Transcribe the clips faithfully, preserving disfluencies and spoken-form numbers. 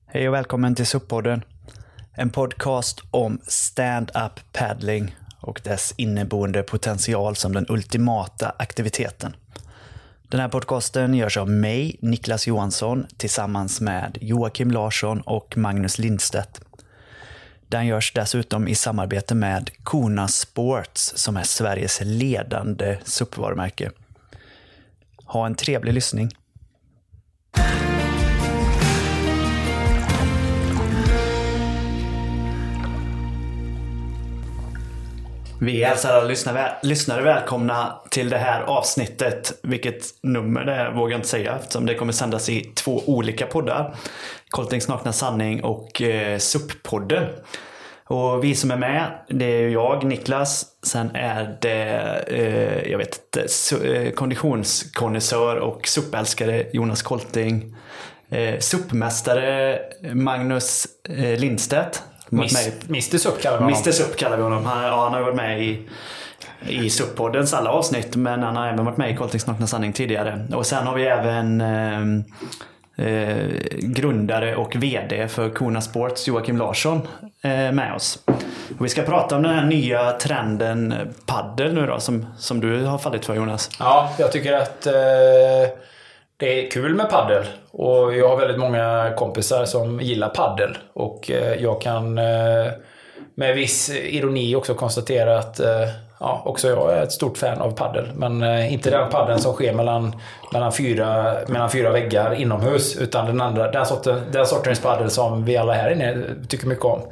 Hej och välkommen till SUP-podden. En podcast om stand-up paddling och dess inneboende potential som den ultimata aktiviteten. Den här podcasten görs av mig, Niklas Johansson, tillsammans med Joakim Larsson och Magnus Lindstedt. Den görs dessutom i samarbete med Kona Sports som är Sveriges ledande SUP-varumärke. Ha en trevlig lyssning. Vi hälsar alla lyssnare, lyssnare välkomna till det här avsnittet. Vilket nummer det är vågar jag inte säga, eftersom det kommer sändas i två olika poddar. Coltings nakna sanning och eh, SUP-podden. Och vi som är med, det är jag, Niklas. Sen är det, eh, jag vet inte, su- konditionskonnässör och SUP-älskare Jonas Colting. Eh, SUP-mästare Magnus eh, Lindstedt. mister SUP kallar vi honom. mister SUP kallar vi honom. Han, ja, han har varit med i, i SUP-poddens alla avsnitt, men han har även varit med i Coltings nakna sanning tidigare. Och sen har vi även eh, eh, grundare och vd för Kona Sports, Joakim Larsson, eh, med oss. Och vi ska prata om den här nya trenden paddel nu då, som, som du har fallit för, Jonas. Ja, jag tycker att eh, det är kul med paddel. Och jag har väldigt många kompisar som gillar paddel. Och eh, jag kan eh, med viss ironi också konstatera att eh, ja, också jag är ett stort fan av paddel. Men eh, inte den paddeln som sker mellan, mellan, fyra, mellan fyra väggar inomhus. Utan den andra, den, sorten, den sortens paddel som vi alla här inne tycker mycket om.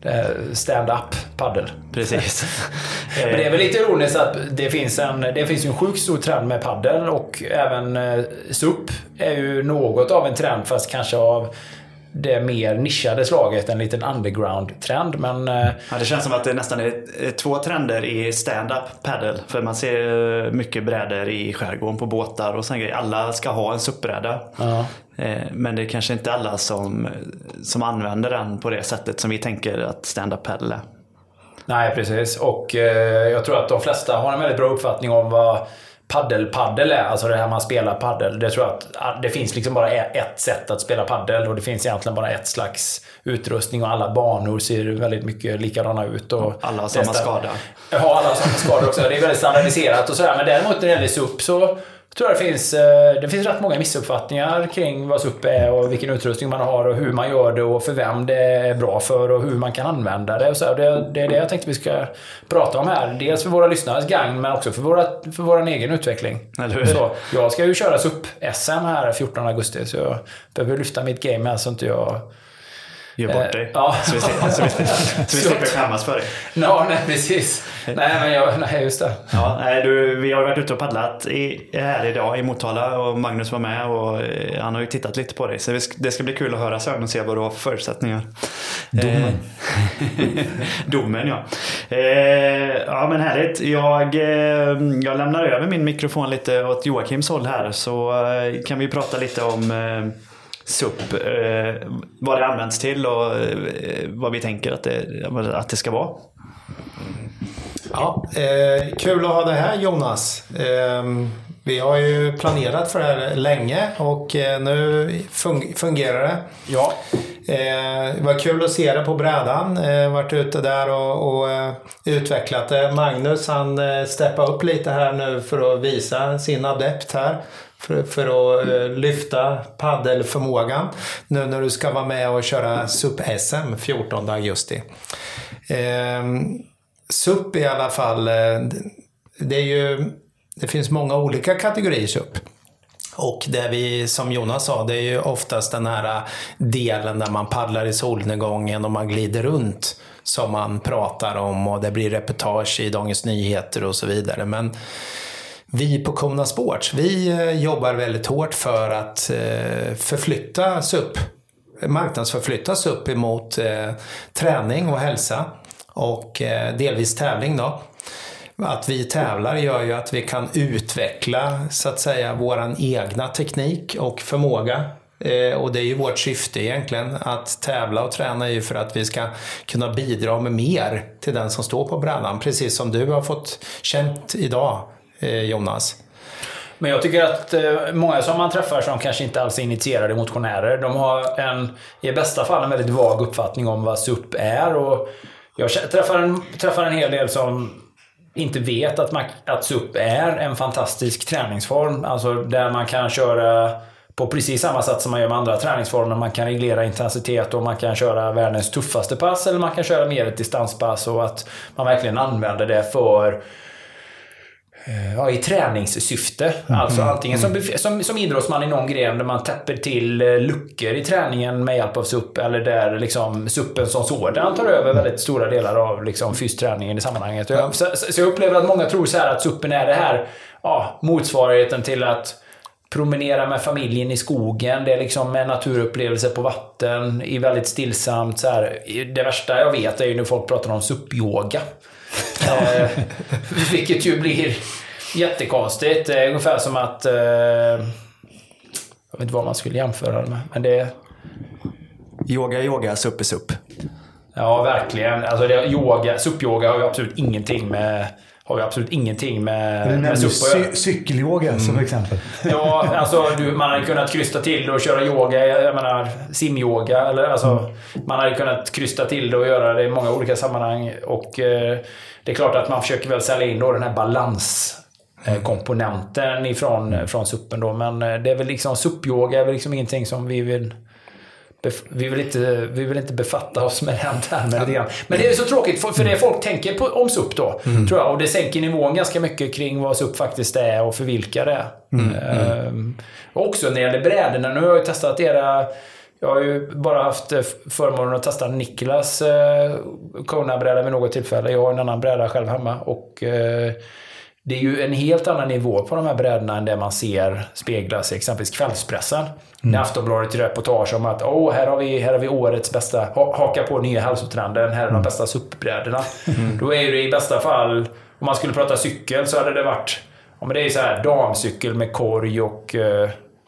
Stand-up paddel. Precis. Men det är väl lite ironiskt att det finns en det finns ju en sjukt stor trend med paddel, och även eh, SUP är ju något av en trend, fast kanske av det mer nischade slaget, en liten underground-trend. Men eh, ja, det känns som att det nästan är två trender i stand-up paddle, för man ser mycket brädor i skärgården på båtar och sen grejer. Alla ska ha en SUP-bräda. Ja. Men det är kanske inte alla som, som använder den på det sättet som vi tänker att stand-up paddle är. Nej, precis. Och eh, jag tror att de flesta har en väldigt bra uppfattning om vad paddel-paddel är. Alltså det här man spelar paddel. Det tror jag att det finns liksom bara ett sätt att spela paddel, och det finns egentligen bara ett slags utrustning, och alla banor ser väldigt mycket likadana ut. Och alla har samma skada. Ja, alla har samma skada också. Det är väldigt standardiserat och sådär. Men däremot när det gäller SUP så tror jag det finns, det finns rätt många missuppfattningar kring vad SUP är och vilken utrustning man har och hur man gör det och för vem det är bra för och hur man kan använda det. Och så det, det är det jag tänkte vi ska prata om här. Dels för våra lyssnares gang, men också för, våra, för vår egen utveckling. Så, jag ska ju köra SUP-S M här fjortonde augusti, så jag behöver lyfta mitt game här så inte jag gör bort dig. Eh, ja. Så vi slipper så vi, så vi slipper skämmas för dig. Ja, nej, precis. Nej, men jag, nej, just det. Ja, nej, du, vi har varit ute och paddlat i, här idag i Motala, och Magnus var med och eh, han har ju tittat lite på dig. Så det ska, det ska bli kul att höra sen och se vad du har för förutsättningar. Domen. Eh, domen, ja. Eh, ja, men härligt. Jag, eh, jag lämnar över min mikrofon lite åt Joakims håll här, så eh, kan vi prata lite om eh, SUP, eh, vad det används till och eh, vad vi tänker att det, att det ska vara. Ja, eh, kul att ha det här, Jonas. Eh, vi har ju planerat för det här länge, och eh, nu fun- fungerar det. Ja. Eh, det var kul att se det på brädan. Eh, varit ute där och, och eh, utvecklat det. Magnus, han eh, steppade upp lite här nu för att visa sin adept här. För, för att eh, lyfta paddelförmågan nu när du ska vara med och köra SUP-S M fjortonde augusti. Eh, SUP i alla fall, eh, det är ju, det finns många olika kategorier SUP. Och det vi, som Jonas sa, det är ju oftast den här delen där man paddlar i solnedgången och man glider runt som man pratar om, och det blir reportage i Dagens Nyheter och så vidare. Men vi på Kona Sports, vi jobbar väldigt hårt för att förflytta SUP, marknadsförflytta SUP emot träning och hälsa och delvis tävling då. Att vi tävlar gör ju att vi kan utveckla så att säga våran egna teknik och förmåga. Eh, och det är ju vårt syfte egentligen. Att tävla och träna är ju för att vi ska kunna bidra med mer till den som står på brädan. Precis som du har fått känt idag, eh, Jonas. Men jag tycker att eh, många som man träffar som kanske inte alls är initierade motionärer, de har en, i bästa fall en väldigt vag uppfattning om vad S U P är. Och jag träffar en, träffar en hel del som inte vet att, man, att S U P är en fantastisk träningsform. Alltså där man kan köra på precis samma sätt som man gör med andra träningsformer. Man kan reglera intensitet och man kan köra världens tuffaste pass eller man kan köra mer ett distanspass, och att man verkligen använder det för ja, i träningssyfte. Mm. Alltså antingen som, som, som idrottsman i någon gren där man täpper till luckor i träningen med hjälp av S U P, eller där liksom S U P som sådan tar över väldigt stora delar av liksom fysträningen i sammanhanget. Mm. Så, så jag upplever att många tror så här att S U P är det här ja, motsvarigheten till att promenera med familjen i skogen. Det är liksom en naturupplevelse på vatten i väldigt stillsamt så här. Det värsta jag vet är ju när folk pratar om S U P-yoga. eh, vilket ju blir jättekonstigt. Det är ungefär som att eh, jag vet inte vad man skulle jämföra det med, men det yoga, yoga, S U P är S U P. Ja, verkligen. Alltså det, yoga, S U P-yoga har ju absolut ingenting med har ju absolut ingenting med, med S U P att göra. Cykelyoga mm. som exempel. Ja, alltså du, man hade kunnat krysta till det och köra yoga, jag menar simyoga, eller alltså mm. man hade kunnat krysta till det och göra det i många olika sammanhang, och eh, det är klart att man försöker väl sälja in då den här balanskomponenten ifrån mm. från S U P då, men det är väl liksom S U P-yoga är väl liksom ingenting som vi vill Vi vill, inte, vi vill inte befatta oss med den termen. Ja. Men det är så tråkigt för, för det folk tänker på, om S U P då, mm. tror jag. Och det sänker nivån ganska mycket kring vad S U P faktiskt är och för vilka det är. Mm. Ehm, och också när det gäller brädorna. Nu har jag ju testat era... Jag har ju bara haft förmånen att testa Niklas eh, Kona-bräda vid något tillfälle. Jag har en annan bräda själv hemma. Och... Eh, det är ju en helt annan nivå på de här brädorna än det man ser speglas i exempelvis kvällspressen. Mm. När Aftonbladet gör reportage om att oh, här, har vi, här har vi årets bästa, haka på nya hälsotrenden, här är de bästa S U P-brädorna. Mm. Då är det i bästa fall, om man skulle prata cykel så hade det varit, ja, men det är ju så här damcykel med korg och eh,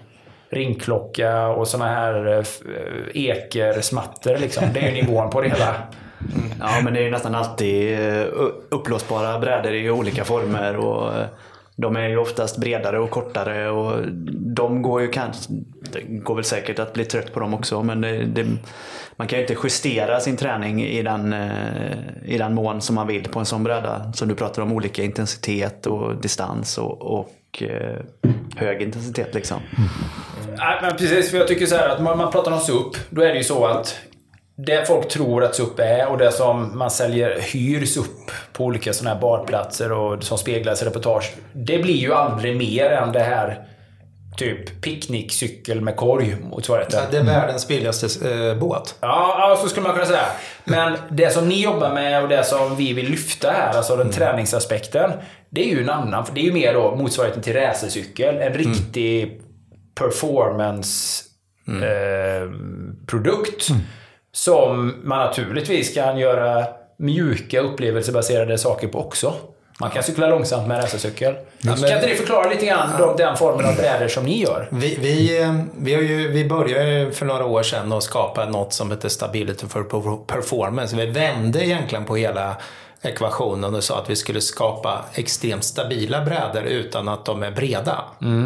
ringklocka och såna här eh, ekersmatter liksom. Det är ju nivån på det hela. Mm. Ja, men det är ju nästan alltid upplåsbara brädor i olika former, och de är ju oftast bredare och kortare, och de går ju kanske, det går väl säkert att bli trött på dem också, men det, det, man kan ju inte justera sin träning i den, i den mån som man vill på en sån bräda. Så du pratar om olika intensitet och distans och, och hög intensitet liksom. Mm. Ja, men precis, för jag tycker så här att man, man pratar om S U P, då är det ju så att det folk tror att S U P är och det som man säljer hyrs upp på olika sådana här barplatser och som speglas i reportage, det blir ju aldrig mer än det här typ picknickcykel med korg motsvarigheten. Ja, det är världens billigaste äh, båt. Ja, ja, så skulle man kunna säga. Men det som ni jobbar med och det som vi vill lyfta här, alltså den mm. träningsaspekten, det är ju en annan, för det är ju mer då motsvarigheten till racercykel, en riktig mm. performance mm. Eh, produkt. Mm. Som man naturligtvis kan göra mjuka upplevelsebaserade saker på också. Man kan cykla långsamt med racercykel. Ja, kan inte ni förklara lite grann ja. den formen av brädor som ni gör? Vi, vi, vi, har ju, vi började för några år sedan att skapa något som heter Stability for Performance. Vi vände egentligen på hela ekvationen och sa att vi skulle skapa extremt stabila brädor utan att de är breda. Mm.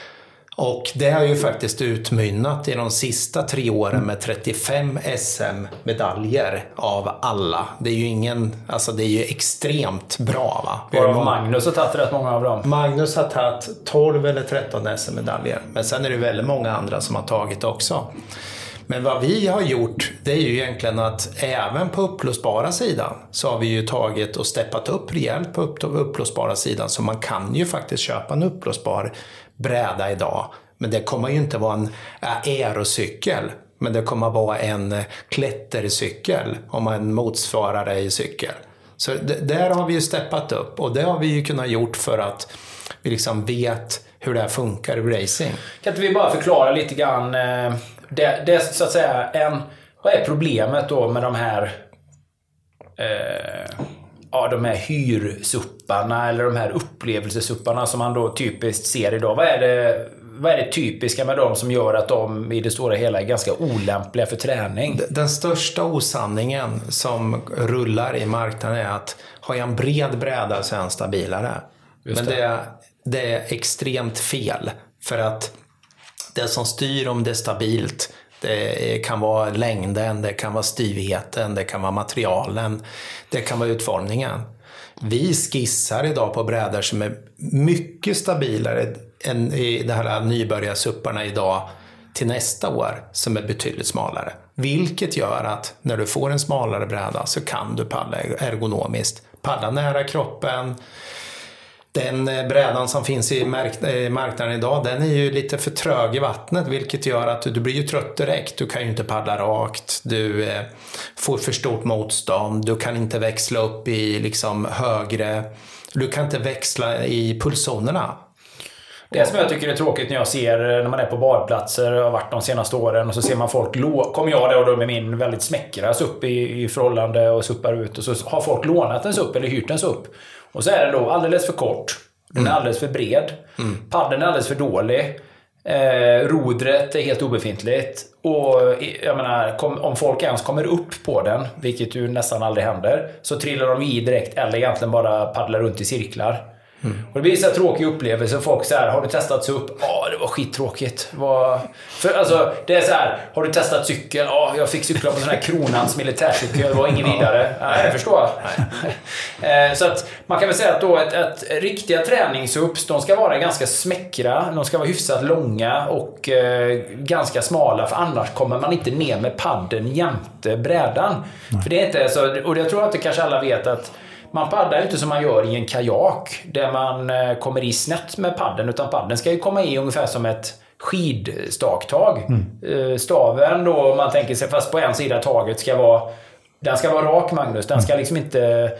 Och det har ju faktiskt utmynnat i de sista tre åren med trettiofem S M-medaljer av alla. Det är ju ingen, alltså det är ju extremt bra, va? Bara Magnus har tagit rätt många av dem. Magnus har tagit tolv eller tretton S M-medaljer. Men sen är det väldigt många andra som har tagit också. Men vad vi har gjort, det är ju egentligen att även på upplösbara sidan så har vi ju tagit och steppat upp rejält på upplösbara sidan. Så man kan ju faktiskt köpa en upplösbar bräda idag. Men det kommer ju inte vara en aerocykel. Men det kommer vara en klättercykel om man motsvarar det i cykel. Så d- där har vi ju steppat upp. Och det har vi ju kunnat gjort för att vi liksom vet hur det här funkar i racing. Kan inte vi bara förklara lite grann... Det, det så att säga en, vad är problemet då med de här eh, ja, de här hyrsupparna eller de här upplevelsesupparna som man då typiskt ser idag? Vad är det, vad är det typiska med dem som gör att de i det stora hela är ganska olämpliga för träning? Den största osanningen som rullar i marknaden är att har jag en bred bräda så är den stabilare. Men det. det det är extremt fel. För att det som styr om det är stabilt, det kan vara längden, det kan vara styvheten, det kan vara materialen, det kan vara utformningen. Vi skissar idag på brädor som är mycket stabilare än i de här nybörjarsupparna idag till nästa år som är betydligt smalare. Vilket gör att när du får en smalare bräda så kan du paddla ergonomiskt. Paddla nära kroppen. Den brädan som finns i marknaden idag, den är ju lite för trög i vattnet, vilket gör att du blir ju trött direkt. Du kan ju inte paddla rakt, du får för stort motstånd, du kan inte växla upp i liksom högre, du kan inte växla i pulszonerna. Det som jag tycker är tråkigt när jag ser när man är på badplatser och har varit de senaste åren och så ser man folk, kommer jag då, då med min väldigt smäckra supp i, i förhållande och suppar ut och så har folk lånat en supp eller hyrt en supp och så är den då alldeles för kort, den är alldeles för bred, mm. paddeln är alldeles för dålig, eh, rodret är helt obefintligt och jag menar, kom, om folk ens kommer upp på den, vilket ju nästan aldrig händer, så trillar de i direkt eller egentligen bara paddlar runt i cirklar. Mm. Och det blir så här tråkig upplevelse. Folk så här, har du testat sig upp? Ja, det var skittråkigt. Var... För, alltså, det är så här, har du testat cykel? Ja, jag fick cykla på sån här Kronans militärcykel. Det var ingen vidare. Nej, jag förstår. Nej. Så att man kan väl säga att då ett, ett riktiga träningsups, de ska vara ganska smäckra. De ska vara hyfsat långa och eh, ganska smala. För annars kommer man inte ner med padden jämte brädan. Nej. För det är inte så, och jag tror att det kanske alla vet att man paddlar inte som man gör i en kajak där man kommer i snett med padden, utan padden ska ju komma i ungefär som ett skidstakttag. Mm. Staven då, man tänker sig, fast på en sida taget ska vara, den ska vara rak, Magnus. Den ska liksom inte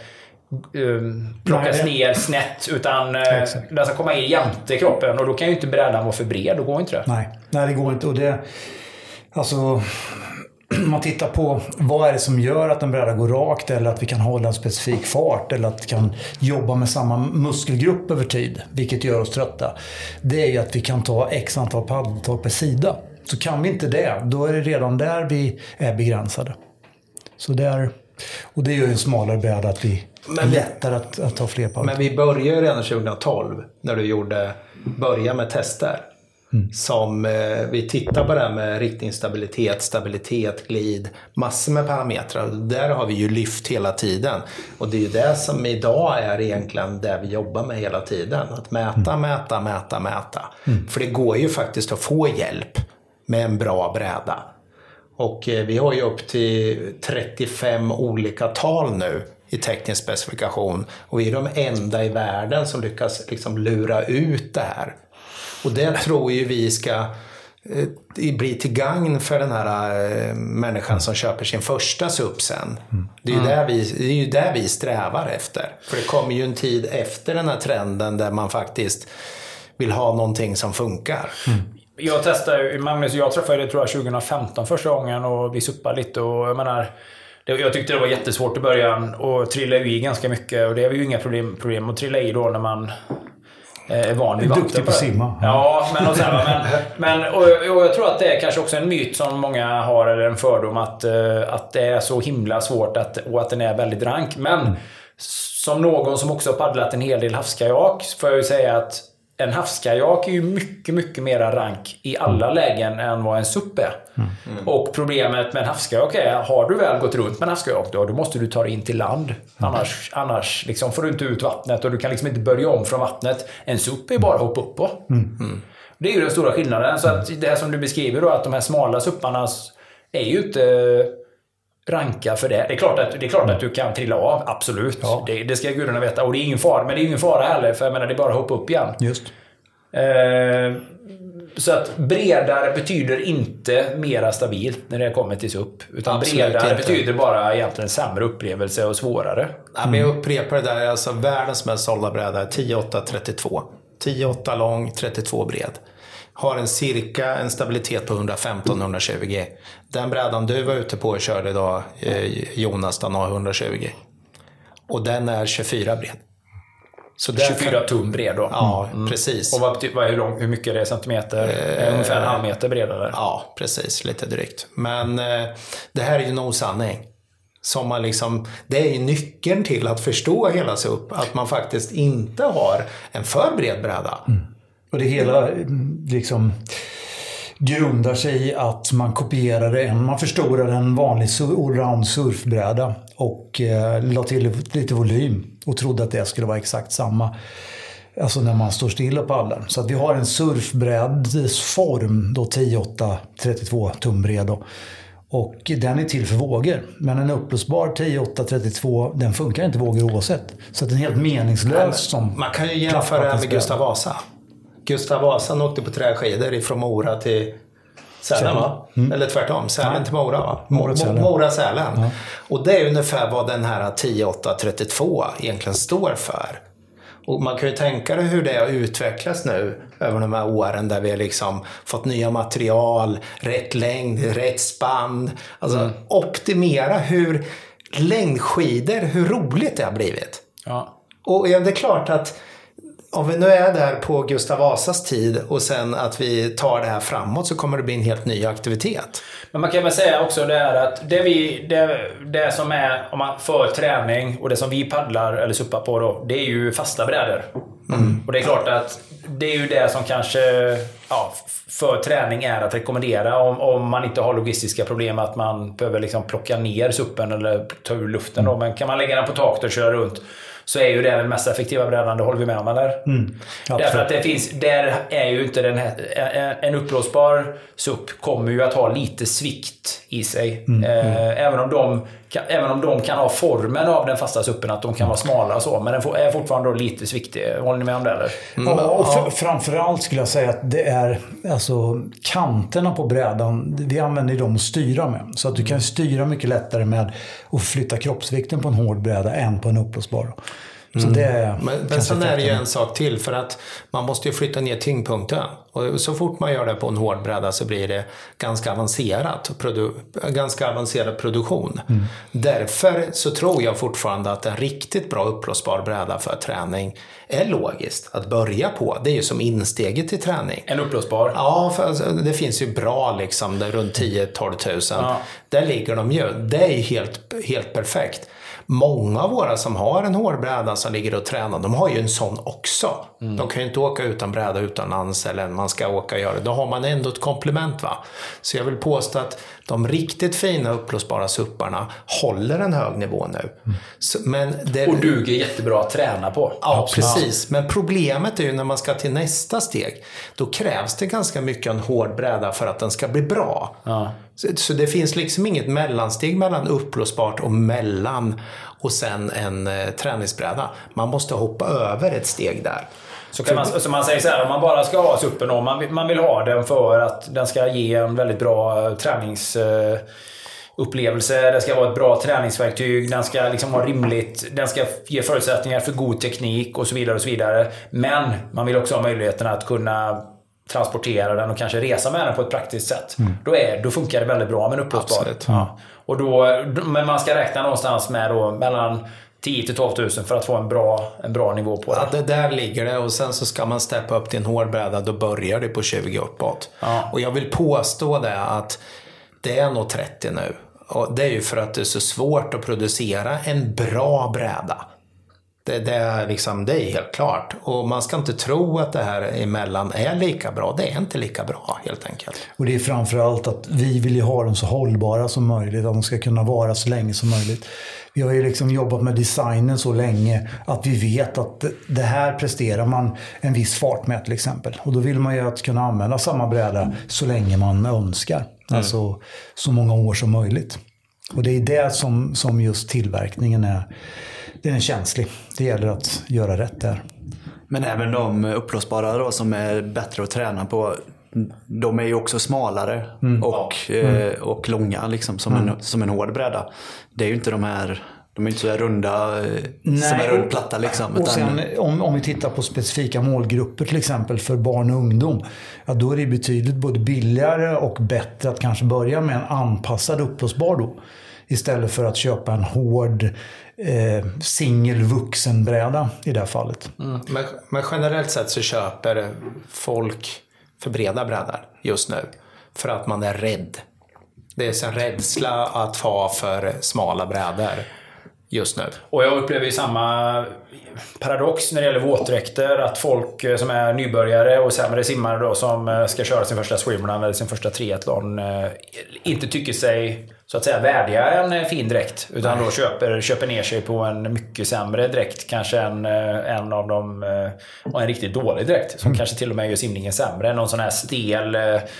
um, plockas Nej, ner snett, utan uh, den ska komma i jämte kroppen, och då kan ju inte brädan vara för bred, då går inte det. Nej, Nej det går inte. Och det, alltså man tittar på vad är det som gör att en bräda går rakt, eller att vi kan hålla en specifik fart, eller att vi kan jobba med samma muskelgrupp över tid, vilket gör oss trötta. Det är ju att vi kan ta x antal paddeltag per sida. Så kan vi inte det, då är det redan där vi är begränsade. Så det är, och det är ju en smalare bräda att vi är lättare att, att ta fler paddel. Men vi började redan tjugohundratolv när du gjorde börja med tester. Mm. Som eh, vi tittar på det här med riktningsstabilitet, stabilitet, glid, massor med parametrar. Där har vi ju lyft hela tiden. Och det är ju det som idag är egentligen det vi jobbar med hela tiden. Att mäta, mm. mäta, mäta, mäta. Mm. För det går ju faktiskt att få hjälp med en bra bräda. Och eh, vi har ju upp till trettiofem olika tal nu i teknisk specifikation. Och vi är de enda i världen som lyckas liksom lura ut det här. Och det tror ju vi ska eh, bli till gagn för den här eh, människan som köper sin första sup sen. Mm. Det är ju där vi, det är ju där vi strävar efter. För det kommer ju en tid efter den här trenden där man faktiskt vill ha någonting som funkar. Mm. Jag testade, Magnus, jag träffade det tror jag tjugohundrafemton första gången och vi suppade lite och jag menar, det, jag tyckte det var jättesvårt i början och trilla i ganska mycket, och det är ju inga problem, problem att trilla i då när man är van vid vatten. Duktig på simma. Ja, men, och sen, men, men och, och jag tror att det är kanske också en myt som många har, eller en fördom att, att det är så himla svårt att, och att den är väldigt rank. Men mm. som någon som också har paddlat en hel del havskajak får jag ju säga att en havskajak är ju mycket, mycket mera rank i alla lägen än vad en supp är. Mm. Mm. Och problemet med en havskajak är, har du väl gått runt med en havskajak då, då måste du ta dig in till land. Mm. Annars, annars liksom får du inte ut vattnet och du kan liksom inte börja om från vattnet. En supp är bara att hoppa upp på. Mm. Mm. Det är ju den stora skillnaden. Så att det här som du beskriver då, att de här smala supparna är ju inte ranka för det. Det är klart att, det är klart att du kan trilla av, absolut. Ja. Det, det ska gudarna veta. Och det är ingen fara, men det är ingen fara heller, för jag menar, det är bara att hoppa upp igen. Just. Eh, så att bredare betyder inte mera stabilt när det kommer till upp, utan absolut bredare inte. Betyder bara egentligen sämre upplevelse och svårare. Ja, men jag upprepar det där, alltså världens mest sålda bräda är tio åtta trettiotvå. tio åtta lång, trettiotvå bred. Har en cirka en stabilitet på hundrafemton till hundratjugo. Den brädan du var ute på och körde idag, Jonas, den har hundratjugo. Och den är tjugofyra bred. Så tjugofyra kan... tum bred då? Ja, mm. precis. Och vad, vad är lång, hur mycket är det centimeter? Eh, ungefär en halv meter bredare? Ja, precis. Lite drygt. Men eh, det här är ju en osanning. Som man liksom, det är ju nyckeln till att förstå hela S U P. Att man faktiskt inte har en för bred bräda. Mm. Och det hela liksom grundar sig i att man kopierade en, man förstorade en vanlig allround surfbräda och eh, la till lite volym och trodde att det skulle vara exakt samma. Alltså när man står still och paddlar. Så att vi har en surfbrädsform då tio åtta trettiotvå tum bred då. Och den är till för vågor. Men en upplösbar tio åtta trettiotvå, den funkar inte vågor oavsett. Så att den är helt meningslös som... Man kan ju jämföra med Gustav Vasa. Gustav Vasa åkte på träskidor ifrån Mora till Sälen, va? Mm. Eller tvärtom, Sälen Nej. till Mora, va? Mora, Sälen. Mora, Sälen. Ja. Och det är ungefär vad den här tio åtta trettiotvå egentligen står för. Och man kan ju tänka dig hur det har utvecklats nu över de här åren där vi har liksom fått nya material, rätt längd, rätt spann. Alltså mm. optimera hur längdskidor, hur roligt det har blivit. Ja. Och ja, det är klart att om vi nu är där på Gustav Vasas tid och sen att vi tar det här framåt så kommer det bli en helt ny aktivitet. Men man kan väl säga också det här att det, vi, det, det som är om man för träning och det som vi paddlar eller suppar på då, det är ju fasta brädor. Mm. Och det är klart att det är ju det som kanske ja, för träning är att rekommendera om, om man inte har logistiska problem att man behöver liksom plocka ner suppen eller ta ur luften då. Men kan man lägga den på taket och köra runt så är ju det den mest effektiva brädan, det håller vi med om, eller? Mm, därför att det finns, där är ju inte den här, en upplåsbar S U P kommer ju att ha lite svikt i sig. Mm, mm. Även, om de kan, även om de kan ha formen av den fasta suppen, att de kan vara smala och så, men den är fortfarande då lite sviktig. Håller ni med om det, eller? Mm. Ja, och för, framförallt skulle jag säga att det är alltså kanterna på brädan, vi använder dem att styra med. Så att du kan styra mycket lättare med att flytta kroppsvikten på en hård bräda än på en upplösbar. Så mm. det är men men sen är det ju en sak till, för att man måste ju flytta ner tyngdpunkten. Och så fort man gör det på en hård bräda så blir det ganska avancerat produ- ganska avancerad produktion. Mm. Därför så tror jag fortfarande att en riktigt bra upplösbar bräda för träning är logiskt att börja på. Det är ju som insteget till träning. En upplösbar? Ja, för alltså, det finns ju bra liksom, det är runt tio till tolv tusen. Ja. Där ligger de ju. Det är ju helt, helt perfekt. Många av våra som har en hårdbräda som ligger och tränar, de har ju en sån också. Mm. De kan ju inte åka utan bräda utomlands eller man ska åka och göra det. Då har man ändå ett komplement, va? Så jag vill påstå att de riktigt fina upplösbara supparna håller en hög nivå nu. Mm. Så, men det... Och duger jättebra att träna på. Ja, precis. Men problemet är ju när man ska till nästa steg. Då krävs det ganska mycket en hård bräda för att den ska bli bra. Ja. Så, så det finns liksom inget mellansteg mellan upplösbart och mellan och sen en eh, träningsbräda. Man måste hoppa över ett steg där. Så kan man, så man säger så här, om man bara ska ha suppen och man vill, man vill ha den för att den ska ge en väldigt bra träningsupplevelse, uh, det ska vara ett bra träningsverktyg, den ska liksom vara rimligt, den ska ge förutsättningar för god teknik och så vidare och så vidare. Men man vill också ha möjligheten att kunna transportera den och kanske resa med den på ett praktiskt sätt. Mm. Då, är, då funkar det väldigt bra med en upplösbar. Ja. Och då, men man ska räkna någonstans med då, mellan tio till tolv tusen för att få en bra, en bra nivå på det. Ja, det där ligger det, och sen så ska man steppa upp till en hård bräda, då börjar det på tjugo uppåt. Ja. Och jag vill påstå det att det är nog trettio nu. Och det är ju för att det är så svårt att producera en bra bräda. Det, det, är liksom, det är helt klart. Och man ska inte tro att det här emellan är lika bra. Det är inte lika bra, helt enkelt. Och det är framförallt att vi vill ju ha dem så hållbara som möjligt. Att de ska kunna vara så länge som möjligt. Vi har ju liksom jobbat med designen så länge att vi vet att det här presterar man en viss fart med, till exempel. Och då vill man ju att kunna använda samma bräda så länge man önskar. Mm. Alltså så många år som möjligt. Och det är det som, som just tillverkningen är. Den är känslig. Det gäller att göra rätt där. Men även de upplösbara då, som är bättre att träna på, de är ju också smalare mm. och, mm. Eh, och långa liksom, som, mm. en, som en hård bräda. Det är ju inte de här, de är inte så här runda, Nej, som en rund platta liksom. Och sen, om, om vi tittar på specifika målgrupper, till exempel för barn och ungdom, ja, då är det betydligt både billigare och bättre att kanske börja med en anpassad upplösbar då. Istället för att köpa en hård eh, singelvuxenbräda i det här fallet. Mm. Men, men generellt sett så köper folk för breda brädor just nu. För att man är rädd. Det är en rädsla att ha för smala brädor just nu. Och jag upplever ju samma paradox när det gäller våtdräkter, att folk som är nybörjare och sämre simmare då, som ska köra sin första swimrun eller sin första triathlon inte tycker sig så att säga värdiga en fin dräkt, utan Nej. då köper, köper ner sig på en mycket sämre dräkt, kanske en, en av dem och en riktigt dålig dräkt som mm. kanske till och med gör simningen sämre, någon sån här stel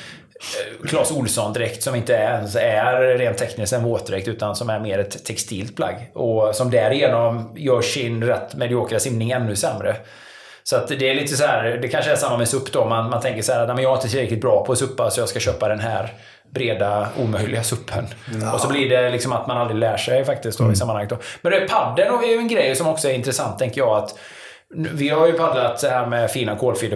Clas Ohlson-dräkt som inte är, är rent tekniskt en våtdräkt utan som är mer ett textilt plagg och som därigenom gör sin rätt mediokra simning ännu sämre. Så att det är lite så här, det kanske är samma med supp då, man, man tänker så här att jag är inte tillräckligt bra på att suppa så jag ska köpa den här breda, omöjliga suppen. Ja. Och så blir det liksom att man aldrig lär sig faktiskt då, mm. i sammanhanget då. Men det är paddeln och är ju en grej som också är intressant, tänker jag, att vi har ju paddlat så här med fina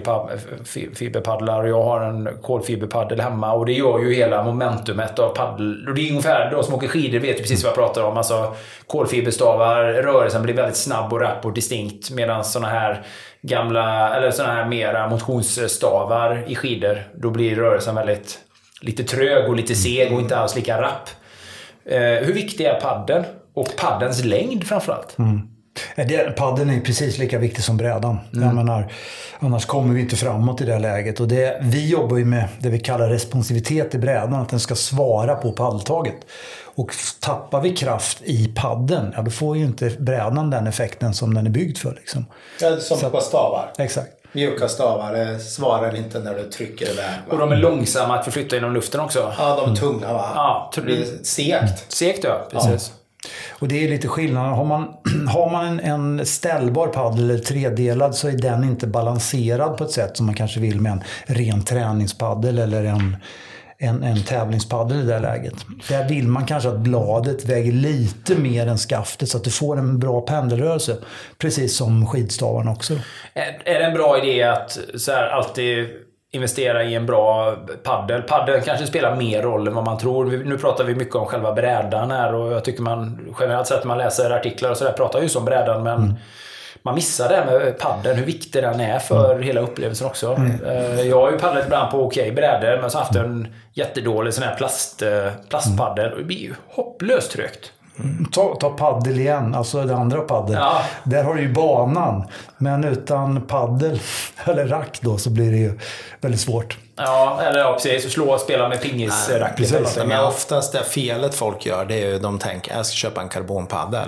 kolfiberpaddlar och jag har en kolfiberpaddel hemma och det gör ju hela momentumet av paddel. Och det är ungefär, de som åker skidor vet ju precis vad jag pratar om. Alltså kolfiberstavar, rörelsen blir väldigt snabb och rapp och distinkt, medan såna här gamla, eller såna här mera motionsstavar i skidor, då blir rörelsen väldigt lite trög och lite seg och inte alls lika rapp. Eh, hur viktig är paddeln? Och paddens längd framförallt? Mm. Paddeln är precis lika viktig som brädan. Mm. Jag menar, annars kommer vi inte framåt i det här läget. Och det, vi jobbar ju med det vi kallar responsivitet i brädan. Att den ska svara på paddeltaget. Och tappar vi kraft i paddeln, ja, då får ju inte brädan den effekten som den är byggd för. Liksom. Ja, som Så, på stavar. Exakt. Mjuka stavar svarar inte när du trycker iväg. Va? Och de är långsamma att förflytta genom luften också. Ja, de är tunga, va? Ja, det blir segt. Segt, ja, precis. Ja. Och det är lite skillnad. Har man, har man en, en ställbar paddel eller tredelad så är den inte balanserad på ett sätt som man kanske vill med en ren träningspaddel eller en, en, en tävlingspaddel i det här läget. Där vill man kanske att bladet väger lite mer än skaftet så att du får en bra pendelrörelse. Precis som skidstavarna också. Är, är det en bra idé att så här, alltid investera i en bra paddel? Paddel kanske spelar mer roll än vad man tror. Nu pratar vi mycket om själva brädan här och jag tycker man generellt sett när man läser artiklar och sådär pratar just om brädan, men mm. man missar det med paddeln, hur viktig den är för mm. hela upplevelsen också. Mm. Jag har ju paddlat ibland på okej brädor, men så har haft en jättedålig sån här plast, plastpaddel och det blir ju hopplöst trögt. Mm. Ta, ta paddel igen, alltså det andra paddel. Ja. Där har du ju banan, men utan paddel eller rack då så blir det ju väldigt svårt. Ja, eller ja, precis, slå och spela med pingisrack. Men oftast det felet folk gör, det är ju de tänker jag ska köpa en karbonpaddel.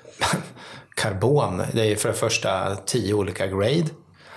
Karbon, det är ju för det första tio olika grade.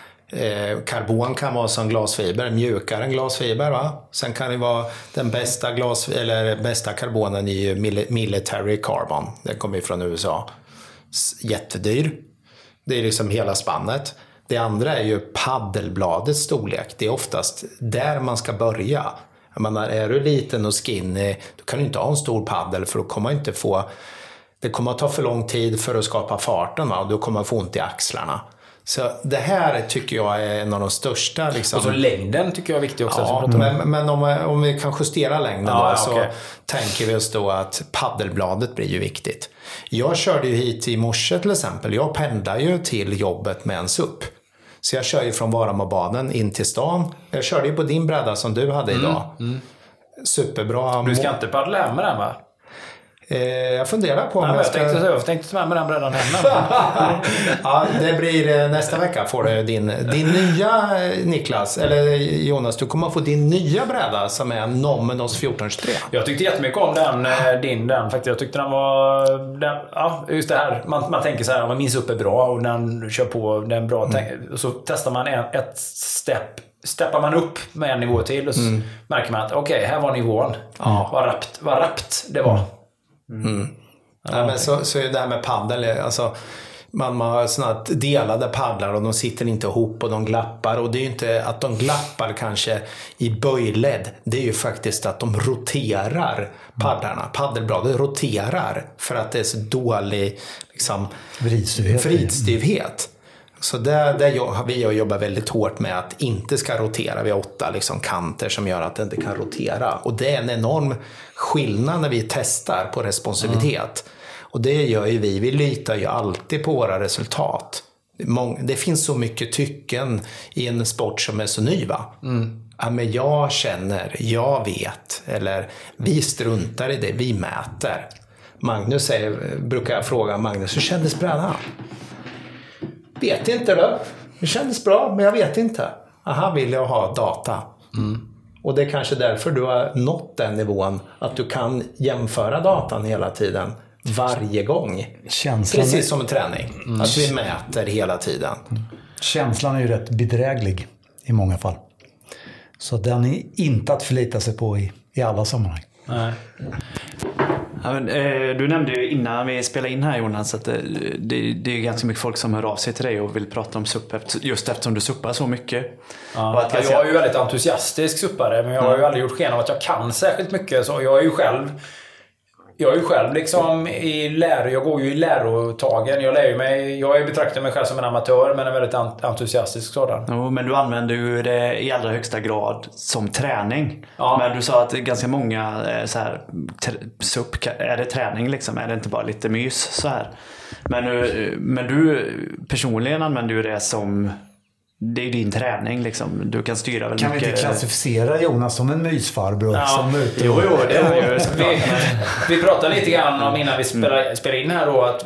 Eh, karbon kan vara som glasfiber, mjukare än glasfiber, va? Sen kan det vara den bästa glas eller bästa karbonen i military carbon. Det kommer ju från U S A. Jättedyr. Det är liksom hela spannet. Det andra är ju paddelbladets storlek. Det är oftast där man ska börja. Jag menar, är du liten och skinny, då kan du inte ha en stor paddel, för då kommer inte få, det kommer att ta för lång tid för att skapa farten, va? Och du kommer att få ont i axlarna. Så det här tycker jag är en av de största. Liksom. Och så längden tycker jag är viktig också. Ja, men, men om, om vi kan justera längden ja, då, ja, så okay. tänker vi oss då att paddelbladet blir ju viktigt. Jag körde ju hit i morse till exempel. Jag pendlar ju till jobbet med en supp. Så jag kör ju från Varamobaden in till stan. Jag körde ju på din bräda som du hade idag. Mm, mm. Superbra. Du ska inte paddla hem med den, va? Eh, jag funderar på om ja, jag ska... Jag tänkte, jag tänkte ta med den brädan hem. Ja, det blir nästa vecka får du din, din nya, Niklas, eller Jonas, du kommer att få din nya bräda som är Nomenos fjorton tjugotre. Jag tyckte jättemycket om den, din, den faktiskt. Jag tyckte den var, den, ja, just det här. Man, man tänker så här, man minns upp är bra och den kör på den bra. Mm. Så testar man en, ett step. Steppar man upp med en nivå till och så mm. märker man att okej, okay, här var nivån. Ja. Vad rappt, vad rappt det var. Mm. Ja, ja, men så, så är det här med paddel, alltså man, man har såna delade paddlar och de sitter inte ihop och de glappar, och det är ju inte att de glappar kanske i böjled, det är ju faktiskt att de roterar paddlarna, paddelbladet roterar för att det är så dålig liksom, vridstyvhet. Så där, där vi har jobbat väldigt hårt med att inte ska rotera. Vi har åtta liksom kanter som gör att det inte kan rotera. Och det är en enorm skillnad när vi testar på responsivitet. Mm. Och det gör ju vi. Vi litar ju alltid på våra resultat. Det finns så mycket tycken i en sport som är så ny, va? Mm. Ja, men jag känner, jag vet, eller vi struntar i det, vi mäter. Magnus säger, brukar jag fråga Magnus, hur kändes brädan? Vet inte då. Det kändes bra, men jag vet inte. Aha, vill jag ha data. Mm. Och det är kanske därför du har nått den nivån att du kan jämföra datan hela tiden. Varje gång. Känslan Precis är... som en träning. Mm. Att vi mäter hela tiden. Känslan är ju rätt bedräglig i många fall. Så den är inte att förlita sig på i, i alla sammanhang. Nej. Ja, men, eh, du nämnde ju innan vi spelade in här, Jonas, att det, det, det är ganska mycket folk som hör av sig till dig och vill prata om S U P just eftersom du suppar så mycket. Ja, och att jag, jag är ju väldigt entusiastisk suppare, men jag har ju aldrig gjort sken av att jag kan särskilt mycket. Så jag är ju själv Jag är ju själv liksom i lär, jag går ju i lärotagen. Jag lär ju mig, jag betraktar mig själv som en amatör, men en väldigt entusiastisk sådan. Jo, men du använder ju det i allra högsta grad som träning. Ja. Men du sa att ganska många så här, S U P, är det träning liksom? Är det inte bara lite mys så här? Men, men du personligen använder ju det som... Det är din träning liksom. Du kan styra väl kan mycket. Kan vi inte klassificera Jonas som en mysfarbror? Ja. Som ute jo, jo, det är ju vi, vi pratade lite grann om innan vi spelade, spelade in här då, att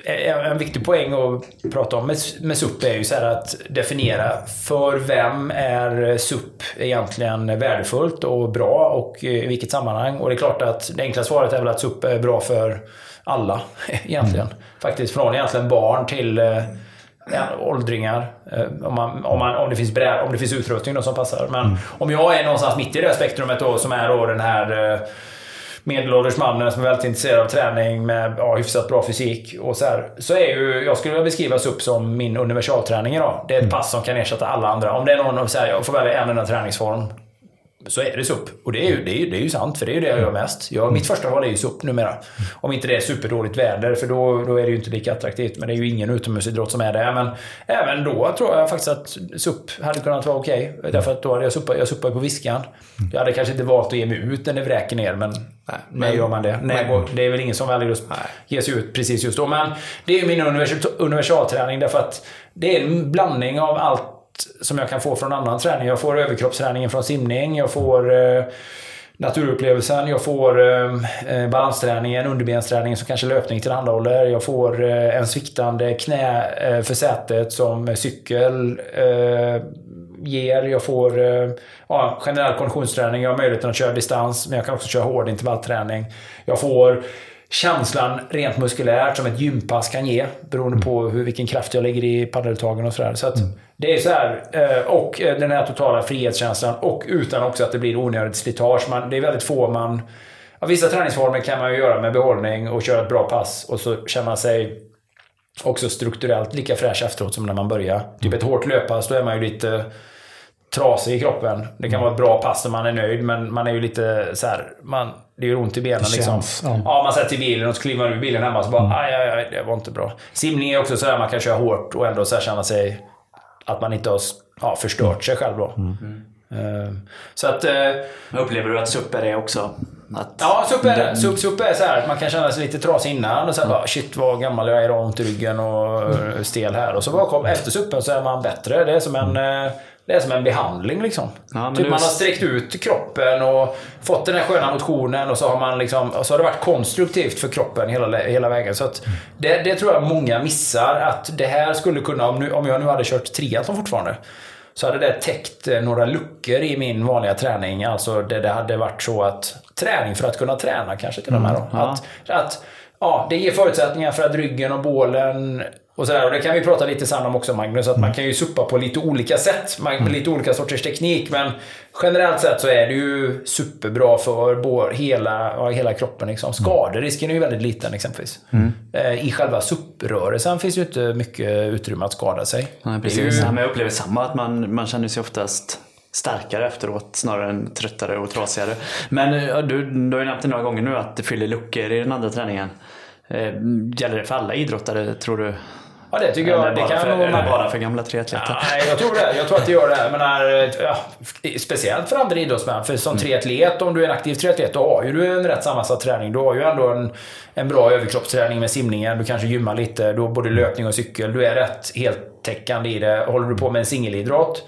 en viktig poäng att prata om med, med S U P är ju så här att definiera för vem är S U P egentligen värdefullt och bra och i vilket sammanhang. Och det är klart att det enkla svaret är väl att S U P är bra för alla egentligen. Mm. Faktiskt från egentligen barn till ja, åldringar, om, man, om, man, om, det finns brä, om det finns utrustning då som passar. Men mm. om jag är någonstans mitt i det här spektrumet då, som är då den här medelålders mannen som är väldigt intresserad av träning med ja, hyfsat bra fysik och så här, så är ju, jag skulle beskriva S U P som min universalträning idag. Det är ett mm. pass som kan ersätta alla andra. Om det är någon som säger jag får välja en enda träningsform, så är det S U P. Och det är ju, det är ju, det är ju sant, för det är ju det jag gör mest. Jag, mitt första val är ju S U P numera. Om inte det är superdåligt väder, för då, då är det ju inte lika attraktivt. Men det är ju ingen utomhusidrott som är det. Men även då tror jag faktiskt att S U P hade kunnat vara okej. Okay. Därför att då hade jag suppat, jag suppade på Viskan. Jag hade kanske inte valt att ge mig ut när det vräker ner, men nej, när gör man det? Nej, men, det är väl ingen som väljer att ge sig ut precis just då. Men det är ju min universal, universalträning, därför att det är en blandning av allt som jag kan få från annan träning. Jag får överkroppsträningen från simning, jag får eh, naturupplevelsen, jag får eh, balansträningen, underbensträningen som kanske löpning tillhandahåller, jag får eh, en sviktande knä eh, för sätet som cykel eh, ger, jag får eh, ja, generell konditionsträning, jag har möjligheten att köra distans, men jag kan också köra hård intervallträning. Jag får känslan rent muskulärt som ett gympass kan ge, beroende på hur, vilken kraft jag lägger i paddeltagen och sådär. Så att mm. det är så här, och den här totala frihetskänslan, och utan också att det blir onödigt slitage. Man, det är väldigt få man... Ja, vissa träningsformer kan man ju göra med behållning och köra ett bra pass, och så känner man sig också strukturellt lika fräsch efteråt som när man börjar. Typ ett hårt löppass, då är man ju lite trasig i kroppen. Det kan vara ett bra pass när man är nöjd, men man är ju lite så här, man, det gör ont i benen det liksom. Känns, ja. ja, man sätter i bilen och så kliver man ur bilen hemma och så bara, mm. aj, aj, aj, det var inte bra. Simning är också så där man kan köra hårt och ändå så här känna sig att man inte har ja, förstört sig själv då. Mm. Uh, så att... Uh, upplever du att S U P är det också? Att ja, S U P är, den... S U P är så här, man kan känna sig lite trasig innan och så här mm. bara, shit vad gammal jag är, ont i ryggen och mm. stel här. Och så bara kom efter S U P så är man bättre. Det är som en... Uh, Det är som en behandling liksom. Ja, typ du... Man har sträckt ut kroppen och fått den här sköna motionen, och så har man liksom, och så har det varit konstruktivt för kroppen hela, hela vägen. Så att det, det tror jag många missar, att det här skulle kunna, om, nu, om jag nu hade kört triathlon fortfarande, så hade det täckt några luckor i min vanliga träning. Alltså det, det hade varit så att träning för att kunna träna kanske till mm, de här då. Att, ja. att ja, det ger förutsättningar för att ryggen och bålen och sådär. Och det kan vi prata lite sen om också, Magnus, att man kan ju suppa på lite olika sätt, med mm. lite olika sorters teknik, men generellt sett så är det ju superbra för både hela, ja, hela kroppen liksom. Skaderisken är ju väldigt liten exempelvis. Mm. I själva supprörelsen finns ju inte mycket utrymme att skada sig. Ja, precis. Ju... Ja, men jag upplever samma, att man, man känner sig oftast starkare efteråt snarare än tröttare och trasigare. Men du, du har ju nämnt det några gånger nu att det fyller luckor i den andra träningen. Gäller det för alla idrottare, tror du? Ja, det tycker jag. Eller Det bara, kan för, nog, eller bara för gamla triatleter. Ja, jag tror det. Jag tror att det gör det. Men är, ja, speciellt för andra idrottsmän. För som triatlet, om du är en aktiv triatlet, då har ju du en rätt sammansatt träning. Du har ju ändå en, en bra överkroppsträning med simningen. Du kanske gymmar lite. Du har både löpning och cykel. Du är rätt heltäckande i det. Håller du på med en singelidrott,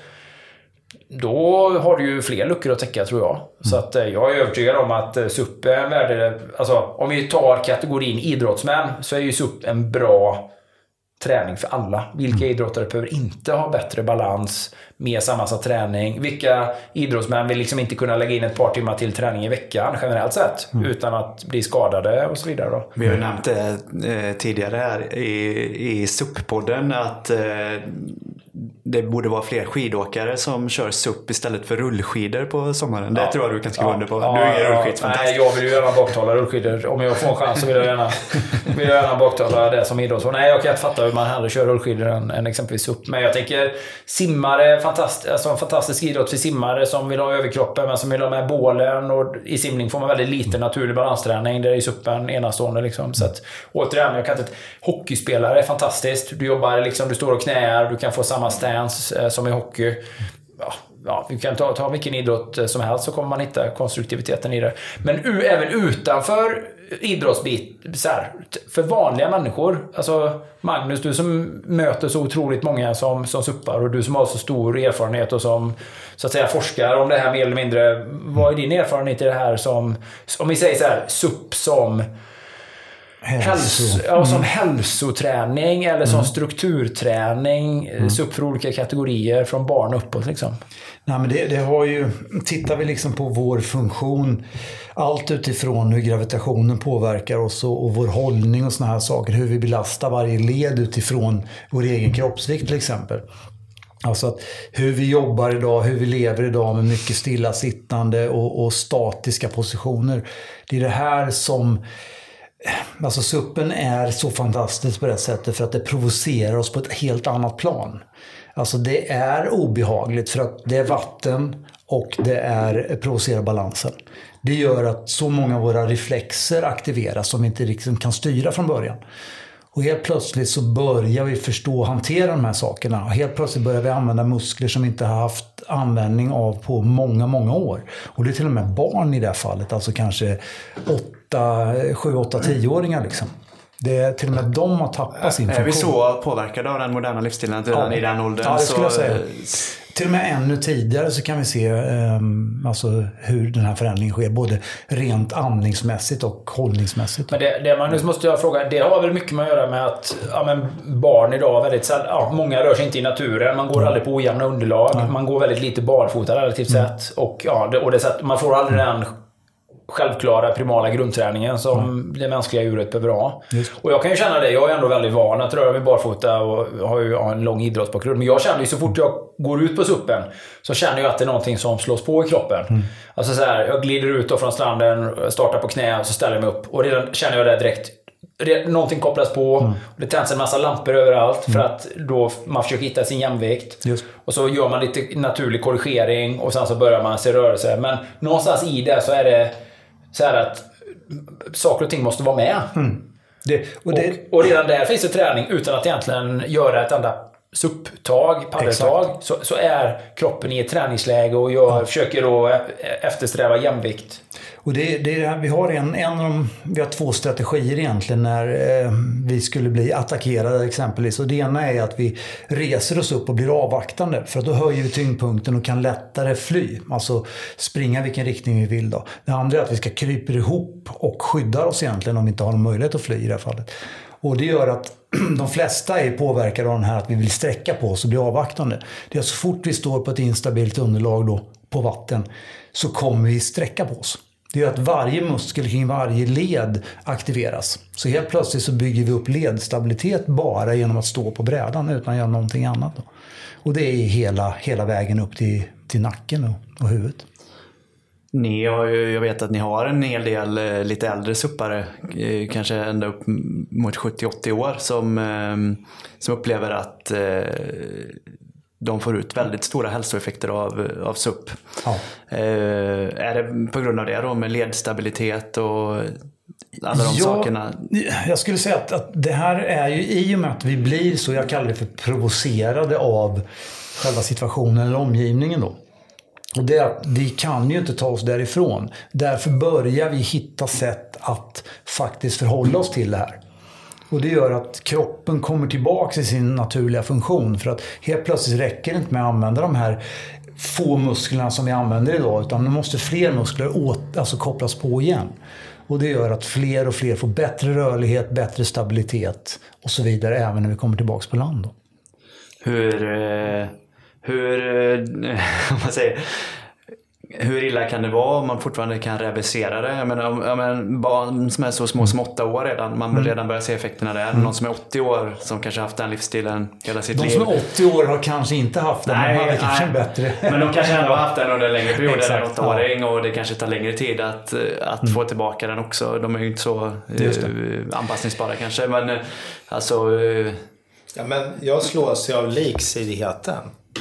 då har du ju fler luckor att täcka, tror jag. Mm. Så att jag är övertygad om att S U P är en värde... Alltså, om vi tar kategorin idrottsmän, så är ju S U P en bra träning för alla. Vilka mm. idrottare behöver inte ha bättre balans, mer sammansatt träning? Vilka idrottsmän vill liksom inte kunna lägga in ett par timmar till träning i veckan generellt sett, mm. utan att bli skadade och så vidare då? Vi har ju nämnt det eh, tidigare här i, i S U P-podden att eh, det borde vara fler skidåkare som kör S U P istället för rullskidor på sommaren. Det ja. tror jag du kan skriva ja. under på. Ja, du är ingen ja, rullskidsfantast. Nej, jag vill ju gärna baktala rullskidor. Om jag får en chans så vill jag gärna, vill jag gärna baktala det som idrott. Nej, jag kan inte fatta hur man hellre kör rullskidor än, än exempelvis S U P. Men jag tänker simmare, fantast, alltså en fantastisk idrott för simmare som vill ha överkroppen men som vill ha med bålen. Och i simning får man väldigt lite naturlig balansträning. Det är i S U P en enastående liksom. Så att, återigen, jag kan inte... Hockeyspelare är fantastiskt. Du jobbar liksom, du står och knäar, du kan få samma stance som i hockey. Ja, ja, vi kan ta, ta vilken idrott som helst så kommer man hitta konstruktiviteten i det. Men u, även utanför idrottsbit, så här, för vanliga människor, alltså Magnus, du som möter så otroligt många som, som suppar och du som har så stor erfarenhet och som så att säga forskar om det här mer eller mindre, vad är din erfarenhet i det här som, om vi säger så här, S U P som Hälso, ja, som mm. hälsoträning eller som mm. strukturträning, mm. S U P för olika kategorier från barn uppåt liksom. Nej, men det, det har ju, tittar vi liksom på vår funktion, allt utifrån hur gravitationen påverkar oss och, och vår hållning och såna här saker, hur vi belastar varje led utifrån vår egen kroppsvikt till exempel. Alltså att hur vi jobbar idag, hur vi lever idag med mycket stillasittande och, och statiska positioner. Det är det här som... Alltså S U P:en är så fantastisk på det sättet för att det provocerar oss på ett helt annat plan. Alltså det är obehagligt för att det är vatten och det är provocerar balansen. Det gör att så många av våra reflexer aktiveras som vi inte riktigt kan styra från början. Och helt plötsligt så börjar vi förstå och hantera de här sakerna. Och helt plötsligt börjar vi använda muskler som vi inte har haft användning av på många, många år. Och det är till och med barn i det här fallet. Alltså kanske åtta, sju, åtta, tioåringar liksom. Det är till och med de har tappat sin funktion. Är vi så påverkade av den moderna livsstilen redan ja. i den åldern? Ja, det skulle så... jag säga. Till och med ännu tidigare så kan vi se um, alltså hur den här förändringen sker, både rent andningsmässigt och hållningsmässigt. Men det, det Magnus måste jag fråga, det har väl mycket med att göra med att ja, men barn idag väldigt ja, många rör sig inte i naturen, man går mm. aldrig på ojämna underlag, mm. man går väldigt lite barfota relativt mm. sett och, ja, det, och det sätt, man får aldrig mm. den självklara primala grundträningen som mm. det mänskliga djuret behöver ha. Just. Och jag kan ju känna det, jag är ändå väldigt van att röra mig barfota och har ju en lång idrottsbakgrund, men jag känner ju så fort jag går ut på suppen så känner jag att det är någonting som slås på i kroppen. Mm. Alltså så här, jag glider ut då från stranden, startar på knä och så ställer jag mig upp och redan känner jag det direkt. Någonting kopplas på mm. och det tänds en massa lampor överallt mm. för att då man försöker hitta sin jämvikt. Just. Och så gör man lite naturlig korrigering och sen så börjar man se rörelse. Men någonstans i det så är det så här att saker och ting måste vara med. Mm. Det, och, det... Och, och redan där finns det träning utan att egentligen göra ett enda supptag, paddeltag, så, så är kroppen i ett träningsläge och jag ja. försöker då eftersträva jämvikt. Och det, det, vi har en, en av de, vi har två strategier egentligen när eh, vi skulle bli attackerade exempelvis. Och det ena är att vi reser oss upp och blir avvaktande, för att då höjer vi tyngdpunkten och kan lättare fly. Alltså springa vilken riktning vi vill då. Det andra är att vi ska krypa ihop och skydda oss egentligen om vi inte har någon möjlighet att fly i det här fallet. Och det gör att de flesta är påverkade av den här att vi vill sträcka på oss och bli avvaktande. Det är så fort vi står på ett instabilt underlag då, på vatten, så kommer vi sträcka på oss. Det är att varje muskel kring varje led aktiveras. Så helt plötsligt så bygger vi upp ledstabilitet bara genom att stå på brädan utan att göra någonting annat då. Och det är hela, hela vägen upp till, till nacken och, och huvudet. Ni har ju, jag vet att ni har en hel del eh, lite äldre suppare, eh, kanske ända upp mot sjuttio till åttio år som, eh, som upplever att eh, de får ut väldigt stora hälsoeffekter av, av S U P. Ja. Eh, är det på grund av det då med ledstabilitet och alla de ja, sakerna? Jag skulle säga att, att det här är ju i och med att vi blir så, jag kallar det för provocerade av själva situationen eller omgivningen då. Och det är att vi kan ju inte ta oss därifrån. Därför börjar vi hitta sätt att faktiskt förhålla oss till det här. Och det gör att kroppen kommer tillbaka till sin naturliga funktion. För att helt plötsligt räcker det inte med att använda de här få musklerna som vi använder idag. Utan det måste fler muskler åt, alltså kopplas på igen. Och det gör att fler och fler får bättre rörlighet, bättre stabilitet och så vidare. Även när vi kommer tillbaka på land då. Hur... Hur... Vad man säger... Hur illa kan det vara om man fortfarande kan reversera det? Jag menar, om, jag menar, barn som är så små som åtta år redan, man mm. redan börjar se effekterna där. Mm. Någon som är åttio år som kanske haft den livsstilen hela sitt de liv. De som är åttio år har kanske inte haft den, nej, men hade kanske bättre. Men de kanske ändå har haft den under en längre period, eller en åttaåring, ja. Och det kanske tar längre tid att, att mm. få tillbaka den också. De är ju inte så uh, anpassningsbara kanske, men uh, alltså... Uh, ja, men jag slås ju av liksidigheten.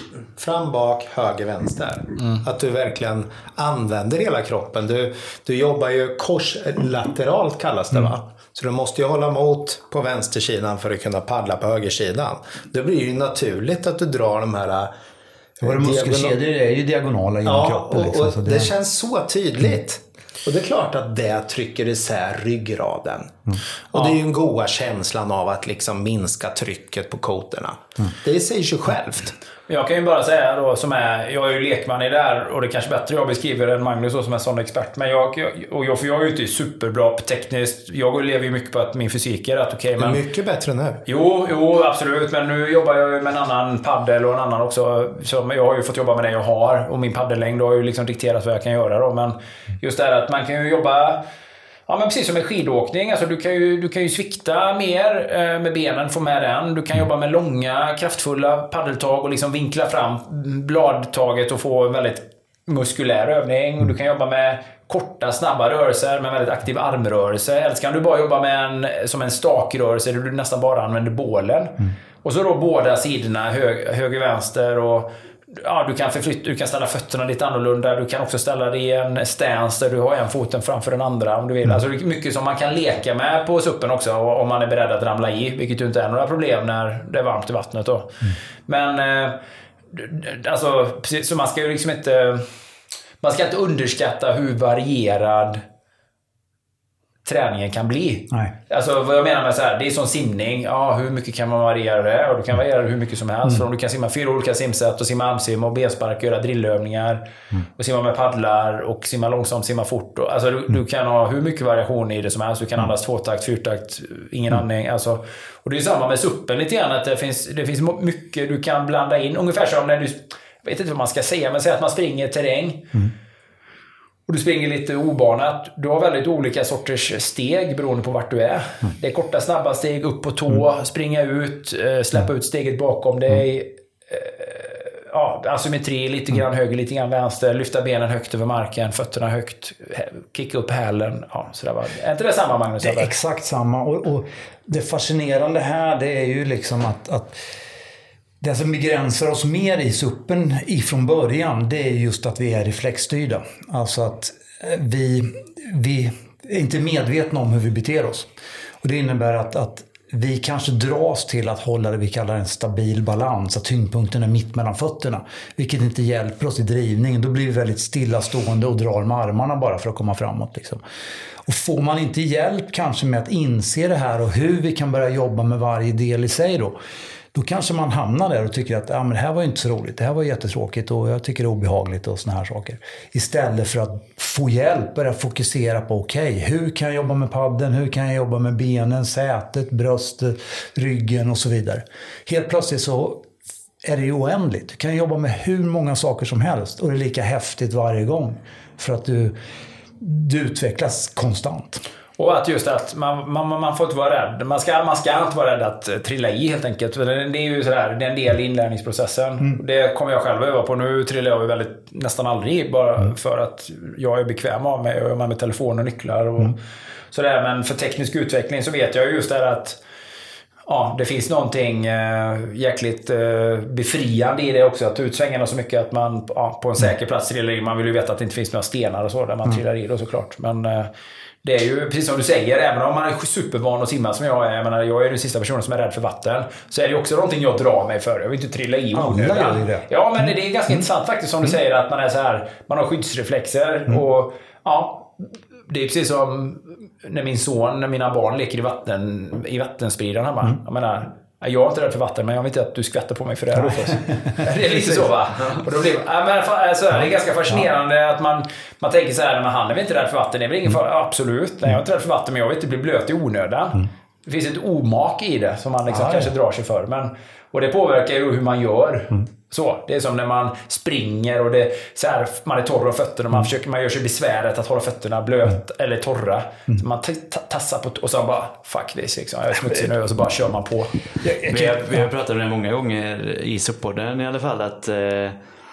Fram, bak, höger, vänster. Mm. Att du verkligen använder hela kroppen. Du, du jobbar ju korslateralt kallas det, mm. va? Så du måste ju hålla mot på vänstersidan för att kunna paddla på högersidan. Det blir ju naturligt att du drar de här... Våra muskelkedjor är ju diagonala genom ja, kroppen. Och, liksom, och så det... det känns så tydligt. Mm. Och det är klart att det trycker isär ryggraden. Mm. Och ja. Det är ju en goda känslan av att liksom minska trycket på kotorna. Mm. Det säger sig självt. Jag kan ju bara säga då, som är, jag är ju lekman i det här, och det är kanske bättre jag beskriver än Magnus som är sån expert. Men jag, och jag, för jag är ju inte superbra på tekniskt. Jag lever ju mycket på att min fysik är rätt okej. Men... Det är mycket bättre nu. Jo, jo, absolut. Men nu jobbar jag med en annan paddel och en annan också. Så jag har ju fått jobba med det jag har. Och min paddellängd har ju liksom dikterat vad jag kan göra då. Men just det här att man kan ju jobba... Ja, men precis som med skidåkning. Alltså, du, kan ju, du kan ju svikta mer eh, med benen, få med den. Du kan jobba med långa, kraftfulla paddeltag och liksom vinkla fram bladtaget och få en väldigt muskulär övning. Och du kan jobba med korta, snabba rörelser med väldigt aktiv armrörelse. Eller kan du bara jobba med en, som en stakrörelse där du nästan bara använder bålen. Mm. Och så då båda sidorna, hög, höger, vänster och... Ja, du kan förflytta, du kan ställa fötterna lite annorlunda. Du kan också ställa dig i en stance där du har en foten framför den andra om du vill. Mm. Alltså det är mycket som man kan leka med på suppen också om man är beredd att ramla i, vilket ju inte är några problem när det är varmt i vattnet då. Mm. Men eh, alltså så man ska ju liksom inte man ska inte underskatta hur varierad träningen kan bli. Nej. Alltså vad jag menar med så här, det är som simning. Ja, hur mycket kan man variera det? Och du kan variera det hur mycket som helst. Mm. För om du kan simma fyra olika simsätt och simma armsim och benspark, göra drillövningar mm. och simma med paddlar och simma långsamt, simma fort. Och, alltså du, mm. du kan ha hur mycket variation i det som helst. Du kan mm. andas tvåtakt, fyrtakt, ingen mm. andning. Alltså, och det är samma med suppen lite grann. Att det finns, det finns mycket du kan blanda in. Ungefär som när du, jag vet inte vad man ska säga, men säg att man springer terräng. Mm. Och du springer lite obanat. Du har väldigt olika sorters steg beroende på vart du är. Mm. Det är korta, snabba steg upp på tå, mm. springa ut, släppa mm. ut steget bakom dig. Mm. Ja, asymmetri, lite grann höger, lite grann vänster. Lyfta benen högt över marken, fötterna högt, kicka upp hälen. Ja, så där var det. Är inte det samma, Magnus? Det är exakt samma. Och, och det fascinerande här, det är ju liksom att... att det som begränsar oss mer i suppen ifrån början, det är just att vi är reflexstyrda. Alltså att vi, vi är inte medvetna om hur vi beter oss. Och det innebär att, att vi kanske dras till att hålla det vi kallar en stabil balans. Att tyngdpunkten är mitt mellan fötterna. Vilket inte hjälper oss i drivningen. Då blir vi väldigt stillastående och drar med armarna bara för att komma framåt. Liksom. Och får man inte hjälp kanske med att inse det här och hur vi kan börja jobba med varje del i sig då. Då kanske man hamnar där och tycker att ah, men det här var ju inte så roligt, det här var jättetråkigt och jag tycker det är obehagligt och såna här saker. Istället för att få hjälp, börja fokusera på okej, okay, hur kan jag jobba med padden, hur kan jag jobba med benen, sätet, bröstet, ryggen och så vidare. Helt plötsligt så är det ju oändligt. Du kan jobba med hur många saker som helst och det är lika häftigt varje gång för att du, du utvecklas konstant. Och att just att man, man, man får inte vara rädd. Man ska, man ska inte vara rädd att trilla i helt enkelt. Det är ju sådär, det är en del i inlärningsprocessen. Mm. Det kommer jag själv att öva på. Nu trillar jag ju väldigt, nästan aldrig bara mm. för att jag är bekväm av mig. Jag är med telefon och nycklar och mm. sådär. Men för teknisk utveckling så vet jag just det att ja, det finns någonting äh, jäkligt äh, befriande i det också. Att utsvängarna så mycket att man ja, på en säker plats trillar i. Man vill ju veta att det inte finns några stenar och så där man mm. trillar i då såklart. Men äh, det är ju precis som du säger, även om man är supervan att simma som jag är. Jag menar, jag är den sista personen som är rädd för vatten. Så är det ju också någonting jag drar mig för. Jag vill inte trilla i onödan. Ja, men det är ganska mm. intressant faktiskt som du säger att man är så här, man har skyddsreflexer mm. och ja, det är precis som när min son, när mina barn leker i vatten i vattenspridaren hemma. Mm. Jag menar, jag är inte rädd för vatten, men jag vet inte att du skvätter på mig för det här. Det är lite så, va? Och då blir, ja, men, alltså, det är ganska fascinerande ja. att man, man tänker så här, men han är väl inte rädd för vatten? Det är väl ingen för, absolut, nej, jag är inte rädd för vatten, men jag vill inte bli blöt i onödan. Mm. Det finns ett omak i det som man liksom ja, kanske ja. drar sig för. Men, och det påverkar ju hur man gör. Mm. Så, det är som när man springer och det, så här, man är torr om fötterna och man, försöker, man gör sig besväret att hålla fötterna blöt mm. eller torra. Mm. Så man t- t- tassar på och så bara fuck this liksom. Jag är smutsig nu och så bara kör man på. Vi har, vi har pratat om det många gånger i SUP-podden i alla fall att eh,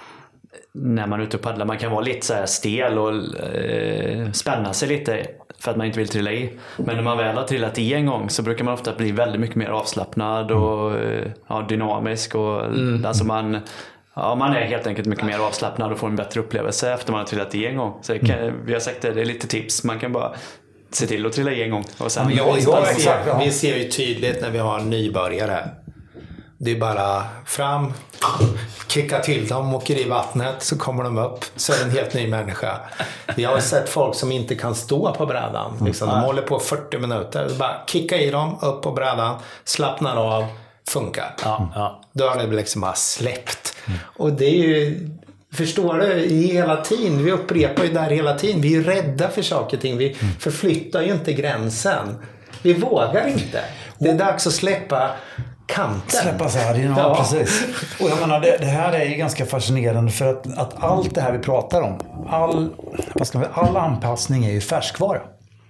när man är ute och paddlar man kan vara lite så här stel och eh, spänna sig lite för att man inte vill trilla i. Men när man väl har trillat i en gång så brukar man ofta bli väldigt mycket mer avslappnad och ja, dynamisk och mm. alltså man, ja, man är helt enkelt mycket mer avslappnad och får en bättre upplevelse efter man har trillat i en gång. Så kan, mm. vi har sagt det, det är lite tips. Man kan bara se till att trilla i en gång. Och sen, ja, jag, jag, jag, vi ser ju tydligt när vi har nybörjare. Det är bara fram, kicka till dem, åker i vattnet, så kommer de upp, så är det en helt ny människa. Jag har sett folk som inte kan stå på brädan. Liksom. De håller på fyrtio minuter. Bara kicka i dem, upp på brädan, slappnar av, funkar. Ja, ja. Då har det liksom bara släppt. Mm. Och det är ju, förstår du, hela tiden, vi upprepar ju där hela tiden. Vi är ju rädda för saker och ting. Vi mm. förflyttar ju inte gränsen. Vi vågar inte. Det är dags att släppa kanten. Släppa sargen, ja, ja, precis. Och jag menar, det, det här är ju ganska fascinerande för att, att allt det här vi pratar om, all, vad ska vi, all anpassning är ju färskvara.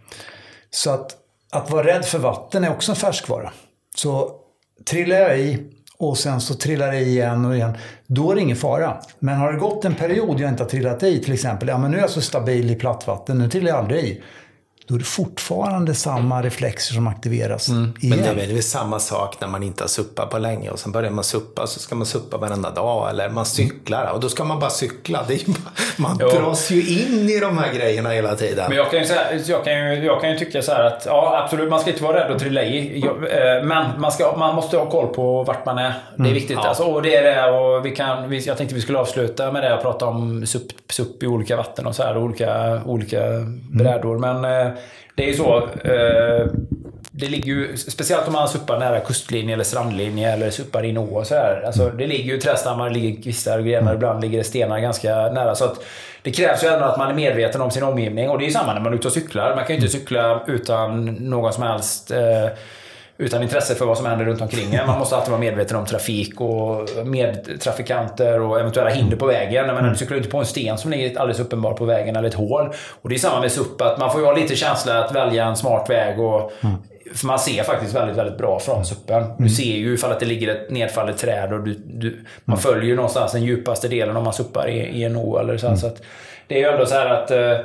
Så att, att vara rädd för vatten är också en färskvara. Så trillar jag i och sen så trillar jag i igen och igen, då är det ingen fara. Men har det gått en period jag inte har trillat i, till exempel, ja men nu är jag så stabil i plattvatten, nu trillar jag aldrig i. Då är det fortfarande samma reflexer som aktiveras. Mm. Men det är väl samma sak när man inte har suppat på länge. Och sen börjar man suppa, så ska man suppa varenda dag. Eller man cyklar, och då ska man bara cykla. Det är ju bara, man jo. dras ju in i de här grejerna hela tiden. Men jag kan ju, säga, jag kan ju, jag kan ju tycka så här att ja, absolut, man ska inte vara rädd att trilla i. Men man, ska, man måste ha koll på vart man är. Det är mm. viktigt. Ja. Alltså, och det är det, och vi kan, jag tänkte vi skulle avsluta med det och prata om supp, supp i olika vatten och så här, olika, olika mm. brädor. Men det är ju så, eh, det ligger ju, speciellt om man suppar nära kustlinje eller strandlinje eller suppar i nå och så här. Alltså, det ligger ju trästammar, det ligger kvistar och grenar, ibland ligger det stenar ganska nära. Så att det krävs ju ändå att man är medveten om sin omgivning. Och det är ju samma när man är ute och cyklar. Man kan ju inte cykla utan någon som helst eh, utan intresse för vad som händer runt omkring. Man måste alltid vara medveten om trafik och medtrafikanter och eventuella hinder på vägen. Men du cyklar inte på en sten som ligger alldeles uppenbart på vägen eller ett hål. Och det är samma med SUP, att man får ju ha lite känsla att välja en smart väg. Och, mm. för man ser faktiskt väldigt, väldigt bra från SUPen. Mm. Du ser ju ifall att det ligger ett nedfallet träd och du, du, man mm. följer ju någonstans den djupaste delen om man suppar i, i en å eller så. Mm. Så att det är ju ändå så här att eh,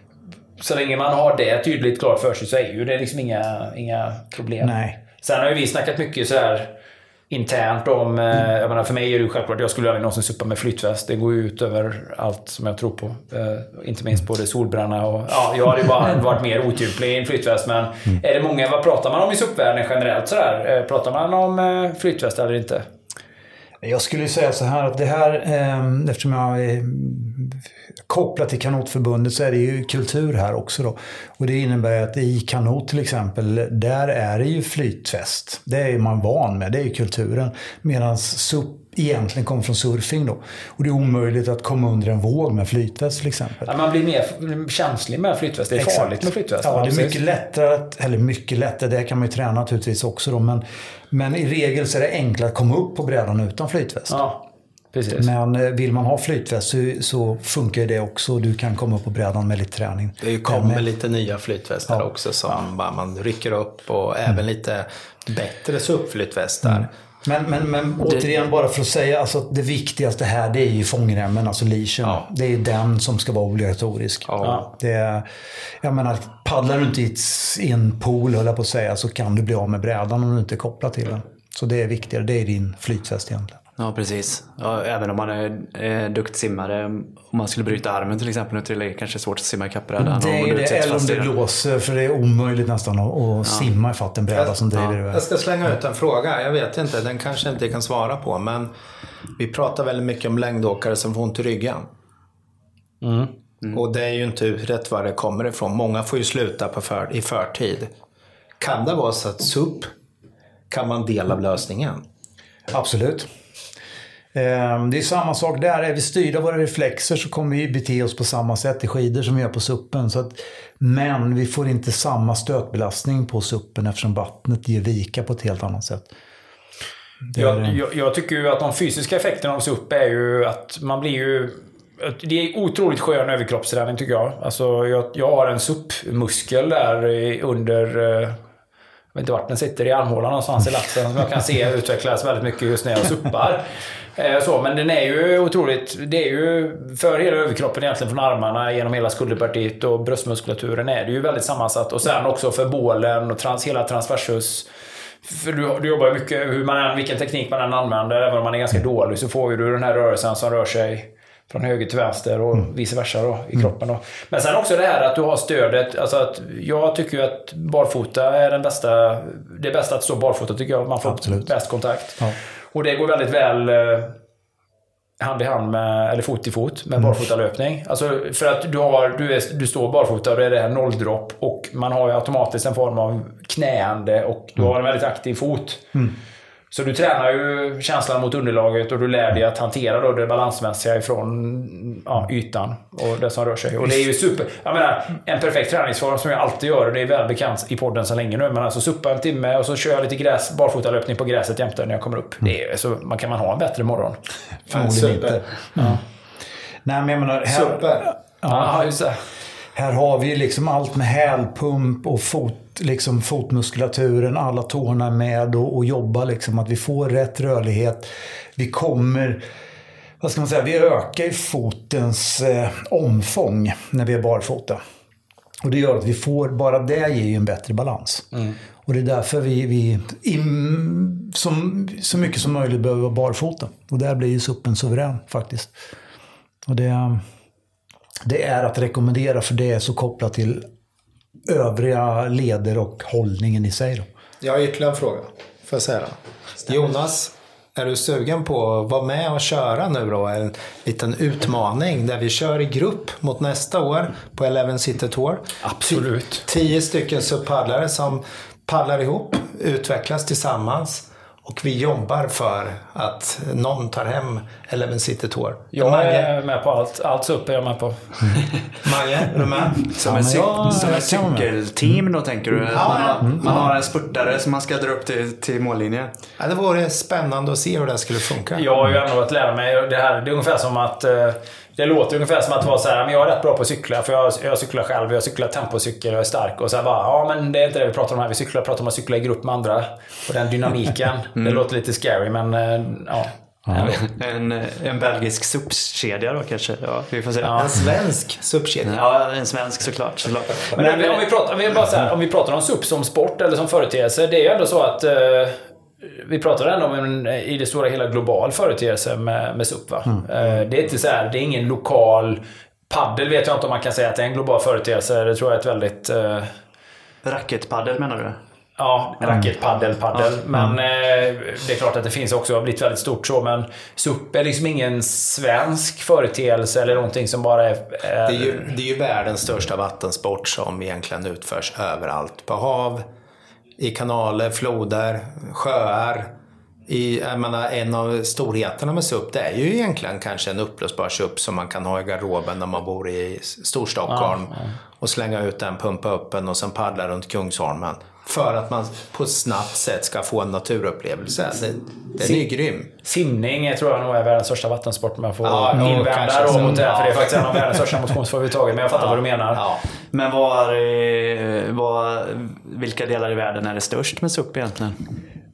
så länge man har det tydligt klart för sig så är ju det liksom inga, inga problem. Nej. Sen har ju vi snackat mycket så här internt om, mm. jag menar, för mig är det självklart, jag skulle aldrig någonsin suppa med flytväst. Det går ju ut över allt som jag tror på. Eh, inte minst både solbränna och, ja, jag hade ju bara varit mer otymplig i en flytväst. Men mm. är det många, vad pratar man om i suppvärlden generellt så där? Eh, pratar man om eh, flytväst eller inte? Jag skulle säga så här att det här, eh, eftersom jag är kopplat till kanotförbundet, så är det ju kultur här också då. Och det innebär att i kanot till exempel, där är det ju flytväst. Det är man van med, det är ju kulturen. Medan SUP egentligen kommer från surfing då. Och det är omöjligt att komma under en våg med flytväst till exempel. Ja, man blir mer känslig med flytväst. Det är Exakt. farligt med flytväst. Ja, det är mycket lättare, att, eller mycket lättare, det kan man ju träna naturligtvis också då. Men, men i regel så är det enklare att komma upp på brädan utan flytväst. Ja, precis. Men vill man ha flytväst så, så funkar det också. Du kan komma upp på brädan med lite träning. Det kommer med lite nya flytvästar ja. också som ja. bara man rycker upp och mm. även lite bättre SUP-flytvästar. Mm. Men, men, men återigen bara för att säga, alltså det viktigaste här det är ju fångremmen, alltså leashen. Ja. Det är den som ska vara obligatorisk. Ja. Det är, jag menar, paddlar du inte i en pool, höll jag på att säga, så kan du bli av med brädan om du inte är kopplad till den. Så det är viktigare, det är din flytväst egentligen. Ja, precis. Ja, även om man är eh, duktig simmare, om man skulle bryta armen till exempel, nu till det är kanske svårt att simma i kappbrädan. Det är det, eller om det blåser, för det är omöjligt nästan att, att ja. simma i fatt en bräda jag, som driver iväg. Ja. Jag ska slänga ut en fråga, jag vet inte, den kanske inte kan svara på, men vi pratar väldigt mycket om längdåkare som får ont i ryggen. Mm. Mm. Och det är ju inte rätt var det kommer ifrån. Många får ju sluta på för, i förtid. Kan det vara så att S U P kan man dela av lösningen? Absolut. Det är samma sak där. Är vi styrda av våra reflexer så kommer vi bete oss på samma sätt i skidor som vi gör på suppen. Så att, men vi får inte samma stötbelastning på suppen eftersom vattnet ger vika på ett helt annat sätt. Jag, jag, jag tycker ju att de fysiska effekterna av supp är ju att man blir ju... Det är otroligt skön överkroppsträning tycker jag. Alltså jag, jag har en suppmuskel där under... Jag vet inte vart den sitter, i armhålan någonstans i laxen som jag kan se utvecklas väldigt mycket just när jag suppar. Så, men den är ju otroligt, det är ju för hela överkroppen egentligen från armarna genom hela skulderpartiet och bröstmuskulaturen är det ju väldigt sammansatt. Och sen också för bålen och trans, hela transversus. För du, du jobbar ju mycket, hur man, vilken teknik man än använder, även om man är ganska dålig så får ju du den här rörelsen som rör sig från höger till vänster och mm. vice versa då, i kroppen då. Men sen också det här att du har stödet, alltså att jag tycker ju att barfota är den bästa, det är bäst att stå barfota tycker jag, man får Absolut. bäst kontakt. Ja. Och det går väldigt väl eh, hand i hand med, eller fot i fot med mm. barfotalöpning. Alltså för att du har, du, är, du står barfota och det är det här nolldropp och man har ju automatiskt en form av knäande och du mm. har en väldigt aktiv fot. Mm. Så du tränar ju känslan mot underlaget och du lär dig att hantera då det balansmässiga ifrån ja, ytan och det som rör sig. Och det är ju super. Jag menar, en perfekt träningsform som jag alltid gör och det är väl bekant i podden så länge nu. Men alltså suppa en timme och så kör jag lite gräs, barfotalöpning på gräset jämte när jag kommer upp. Det är, så man kan man ha en bättre morgon. Förmodligen inte. Ja. Mm. Nej, men jag menar... Här, super. Ja, ja, just det. Här har vi liksom allt med hälpump och fot, liksom fotmuskulaturen, alla tårna med och, och jobba liksom att vi får rätt rörlighet. Vi kommer, vad ska man säga, vi ökar ju fotens eh, omfång när vi är barfota. Och det gör att vi får, bara det ger ju en bättre balans. Mm. Och det är därför vi, vi im, som, så mycket som möjligt behöver vara barfota. Och där blir ju suppen suverän faktiskt. Och det... Det är att rekommendera för det är så kopplat till övriga leder och hållningen i sig då. Jag har ytterligare en fråga, får jag säga då. Jonas, är du sugen på att vara med och köra nu då? En liten utmaning där vi kör i grupp mot nästa år på Eleven City Tour. Absolut. Tio stycken subpaddlare som paddlar ihop, utvecklas tillsammans. Och vi jobbar för att någon tar hem Eleven City Tour. Jag Mange... är med på allt. Allt så upp är jag med på. Mange, är du med? Som en, ja, som en cykelteam då tänker du? Ja, man, har, mm. man har en spurtare som man ska dra upp till, till mållinjen. Ja, det vore spännande att se hur det skulle funka. Jag har ju ändå att lära mig det här. Det är ungefär som att... Det låter ungefär som att vara så här, men jag är rätt bra på att cykla för jag, jag cyklar själv, jag cyklar tempocykel, jag är stark och så här bara, ja men det är inte det vi pratar om här, vi cyklar, pratar om att cykla i grupp med andra och den dynamiken, mm. det låter lite scary men ja. Ja. En, en belgisk suppkedja då kanske, ja, vi får se. Ja. En svensk suppkedja. Ja, en svensk såklart. såklart. Men, men om vi pratar, vi bara så här, om vi pratar om supp som sport eller som företeelse, det är ju ändå så att eh, vi pratar ändå om en i det stora hela global företeelse med, med supp va? Mm. Det är inte så här, det är ingen lokal paddel vet jag inte om man kan säga att det är en global företeelse. Det tror jag är ett väldigt... Uh... Racketpaddel menar du? Ja, racketpaddel, paddel. Mm. Men mm. Eh, det är klart att det finns också, har blivit väldigt stort så, men supp är liksom ingen svensk företeelse eller någonting som bara är... är... Det, är ju, det är ju världens största vattensport som egentligen utförs överallt. På hav, i kanaler, floder, sjöar. I, jag menar, en av storheterna med supp, det är ju egentligen kanske en upplösbar supp som man kan ha i garderoben när man bor i Storstockholm. Ja, ja. Och slänga ut den, pumpa upp den och sen paddla runt Kungsholmen. För att man på ett snabbt sätt ska få en naturupplevelse. Det, det är Sim- ju grym. Simning tror jag nog är världens största vattensport man får ja, invända då mot det. Ja. För det är faktiskt en av världens största motionsformer överhuvudtaget. Men jag fattar ja. vad du menar. Ja. Men var, var, vilka delar i världen är det störst med supp egentligen?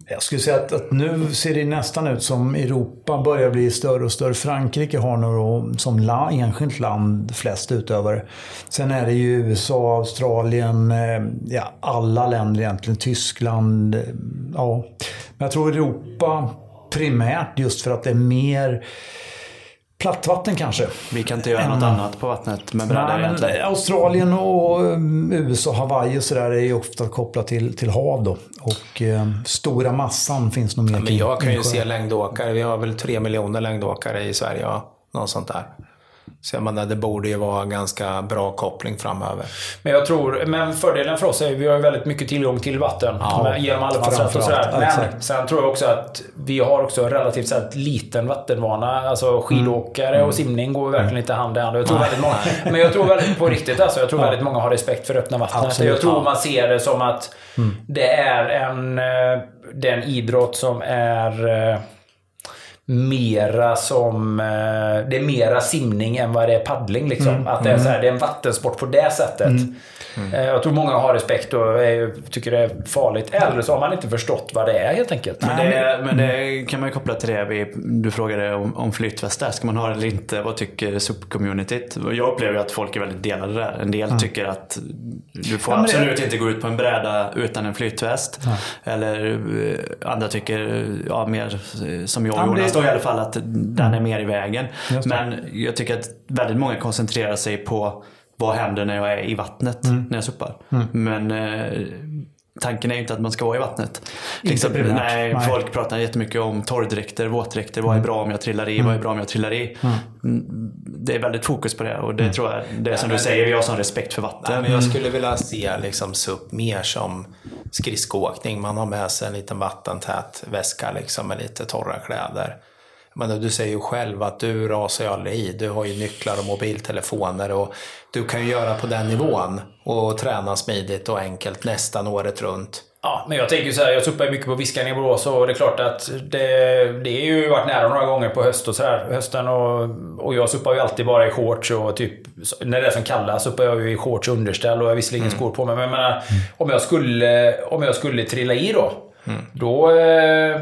Jag skulle säga att, att nu ser det nästan ut som Europa börjar bli större och större. Frankrike har nog som la, enskilt land flest utövare. Sen är det ju U S A, Australien, ja, alla länder egentligen, Tyskland. Ja. Men jag tror Europa primärt just för att det är mer plattvatten kanske. Vi kan inte göra mm. något annat på vattnet med brädor egentligen. Australien och U S A, Hawaii och sådär är ju ofta kopplat till, till hav då. Och eh, stora massan finns nog mer. Ja, men jag kan ju se längdåkare. Vi har väl tre miljoner längdåkare i Sverige. Ja, något sånt där. Så jag menar, det borde ju vara ganska bra koppling framöver. Men jag tror, men fördelen för oss är att vi har väldigt mycket tillgång till vatten ja, genom allemansrätt och sådär. Men ja, sen tror jag också att vi har också en relativt sett liten vattenvana. Alltså skidåkare mm. och simning går verkligen inte hand i hand. Jag tror väldigt många, men jag tror väldigt på riktigt alltså, jag tror väldigt många har respekt för öppna vattnet. Absolut. Jag tror man ser det som att mm. det är en den idrott som är mera som det är mera simning än vad det är paddling liksom. Mm. Att det är så här, det är en vattensport på det sättet. Mm. Mm. Jag tror många har respekt och är, tycker det är farligt. Eller så har man inte förstått vad det är helt enkelt. Men det, men det kan man ju koppla till det vi, du frågade om, om flytvästar. Ska man ha det eller inte? Vad tycker S U P-communityt? Jag upplever att folk är väldigt delade där. En del mm. tycker att du får ja, absolut det... inte gå ut på en bräda utan en flytväst. Ja. Eller andra tycker ja, mer som jag och ja, Jonas det... då i alla fall att den är mer i vägen. Men jag tycker att väldigt många koncentrerar sig på vad händer när jag är i vattnet mm. när jag suppar. Mm. Men eh, tanken är inte att man ska vara i vattnet. Liksom, nej, nej. Folk pratar jättemycket om torrdräkter, våtdräkter. Vad är bra om jag trillar i? Mm. Vad är bra om jag trillar i? Mm. Det är väldigt fokus på det. Och det mm. tror jag, det är som nej, du säger, vi har sån respekt för vatten. Nej, men jag skulle vilja se liksom, S U P mer som skridskoåkning. Man har med sig en liten vattentät väska liksom, med lite torra kläder. Men du säger ju själv att du rasar ju aldrig i. Du har ju nycklar och mobiltelefoner och du kan ju göra på den nivån och träna smidigt och enkelt nästan året runt. Ja, men jag tänker så här, jag suppar ju mycket på Viskan i Borås och det är klart att det, det är ju varit nära några gånger på höst och så här, hösten och, och jag suppar ju alltid bara i shorts och typ, när det är som kallas suppar jag ju i shorts och underställ och jag har visserligen mm. skor på mig, men jag menar, mm. om jag skulle om jag skulle trilla i då, mm. då eh,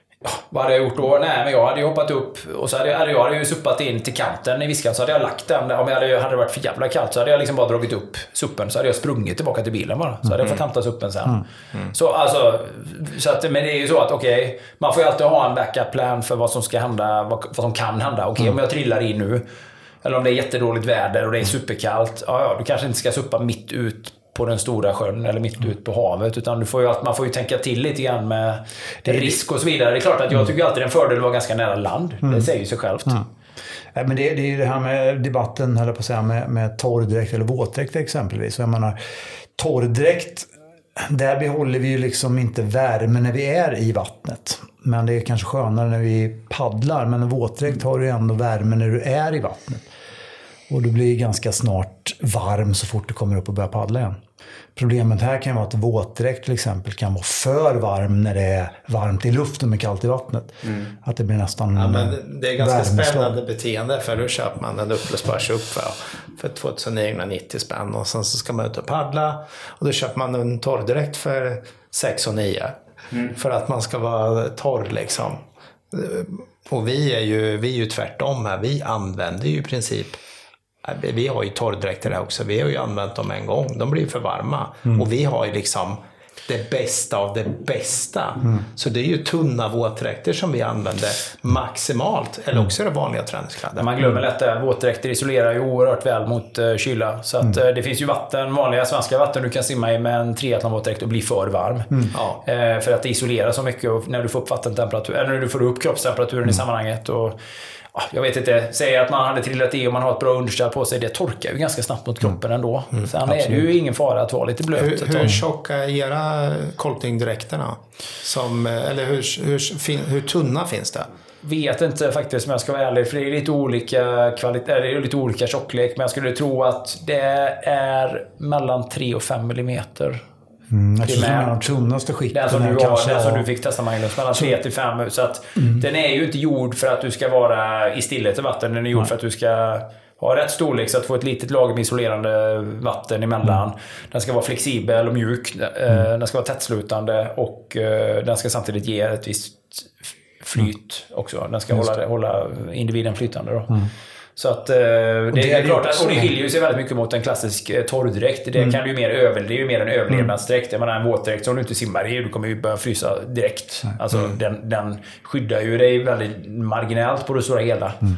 vad hade jag gjort då? Nej, men jag hade ju hoppat upp och så hade jag, jag hade ju suppat in till kanten i Viskan, så hade jag lagt den. Om jag hade, hade det varit för jävla kallt så hade jag liksom bara dragit upp suppen, så hade jag sprungit tillbaka till bilen bara. Så hade jag fått hämta suppen sen. Mm. Mm. Så alltså, så att, men det är ju så att okej, okay, man får ju alltid ha en backup plan för vad som ska hända, vad, vad som kan hända. Okej, okay, mm. om jag trillar in nu, eller om det är jättedåligt väder och det är superkallt, ja, ja, du kanske inte ska suppa mitt ut på den stora sjön eller mitt ut på havet, utan du får ju, man får ju tänka till lite grann med det risk och så vidare. Det är klart att jag tycker alltid en fördel att vara ganska nära land. Mm. Det säger ju sig självt. Mm. Ja, men det, det är ju det här med debatten, eller på att säga, med, med torrdräkt eller våtdräkt exempelvis. Jag menar, torrdräkt, där behåller vi ju liksom inte värme när vi är i vattnet. Men det är kanske skönare när vi paddlar. Men en våtdräkt har du ändå värme när du är i vattnet. Och du blir ganska snart varm så fort du kommer upp och börjar paddla igen. Problemet här kan vara att våtdräkt till exempel kan vara för varm när det är varmt i luften med kallt i vattnet. Mm. Att det blir nästan ja, men det är ganska spännande beteende, för då köper man en upplösbar S U P för, för tjugonio spänn och sen så ska man ut och paddla och då köper man en torrdräkt för sex och nio mm. för att man ska vara torr liksom. Och vi är ju, vi är ju tvärtom här, vi använder ju i princip. Vi har ju torrdräkter här också. Vi har ju använt dem en gång. De blir för varma. Mm. Och vi har ju liksom det bästa av det bästa. Mm. Så det är ju tunna våtdräkter som vi använder maximalt. Eller också är det vanliga träningskläder. Man glömmer lätt att våtdräkter isolerar ju oerhört väl mot uh, kyla. Så att, mm. uh, det finns ju vatten, vanliga svenska vatten du kan simma i med en triathlonvåtdräkt och bli för varm. Mm. Ja. Uh, för att det isolerar så mycket och när du får upp vattentemperatur, eller när du får upp kroppstemperaturen mm. i sammanhanget och jag vet inte, säg att man hade trillat i och man har ett bra underställ på sig, det torkar ju ganska snabbt mot kroppen ändå. Mm, Sen absolut. Är det ju ingen fara att vara lite blöt. Hur, hur tjocka är era coltingdräkterna? Som, eller hur, hur, hur tunna finns det? Vet inte faktiskt, men jag ska vara ärlig, för det är lite olika kvalitet, eller det är lite olika tjocklek, men jag skulle tro att det är mellan tre och fem millimeter. Mm, jag tror det är de tunnaste skikten. Den som du har, den som du fick testa, Magnus, mellan tre till fem. Så att mm. den är ju inte gjord för att du ska vara i stillhet i vatten. Den är gjord Nej. för att du ska ha rätt storlek så att få ett litet lager med isolerande vatten emellan. Mm. Den ska vara flexibel och mjuk. Mm. Den ska vara tättslutande och den ska samtidigt ge ett visst flyt också. Den ska hålla, hålla individen flytande då. Mm. Så att det, det är klart att, och det skiljer sig väldigt mycket mot en klassisk torrdräkt. Det mm. kan ju mer över, det är ju mer en överlevnadsdräkt. Jag menar en våtdräkt som du inte simmar i, du kommer ju börja frysa direkt. Mm. Alltså mm. den, den skyddar ju dig väldigt marginellt på det stora hela. Mm.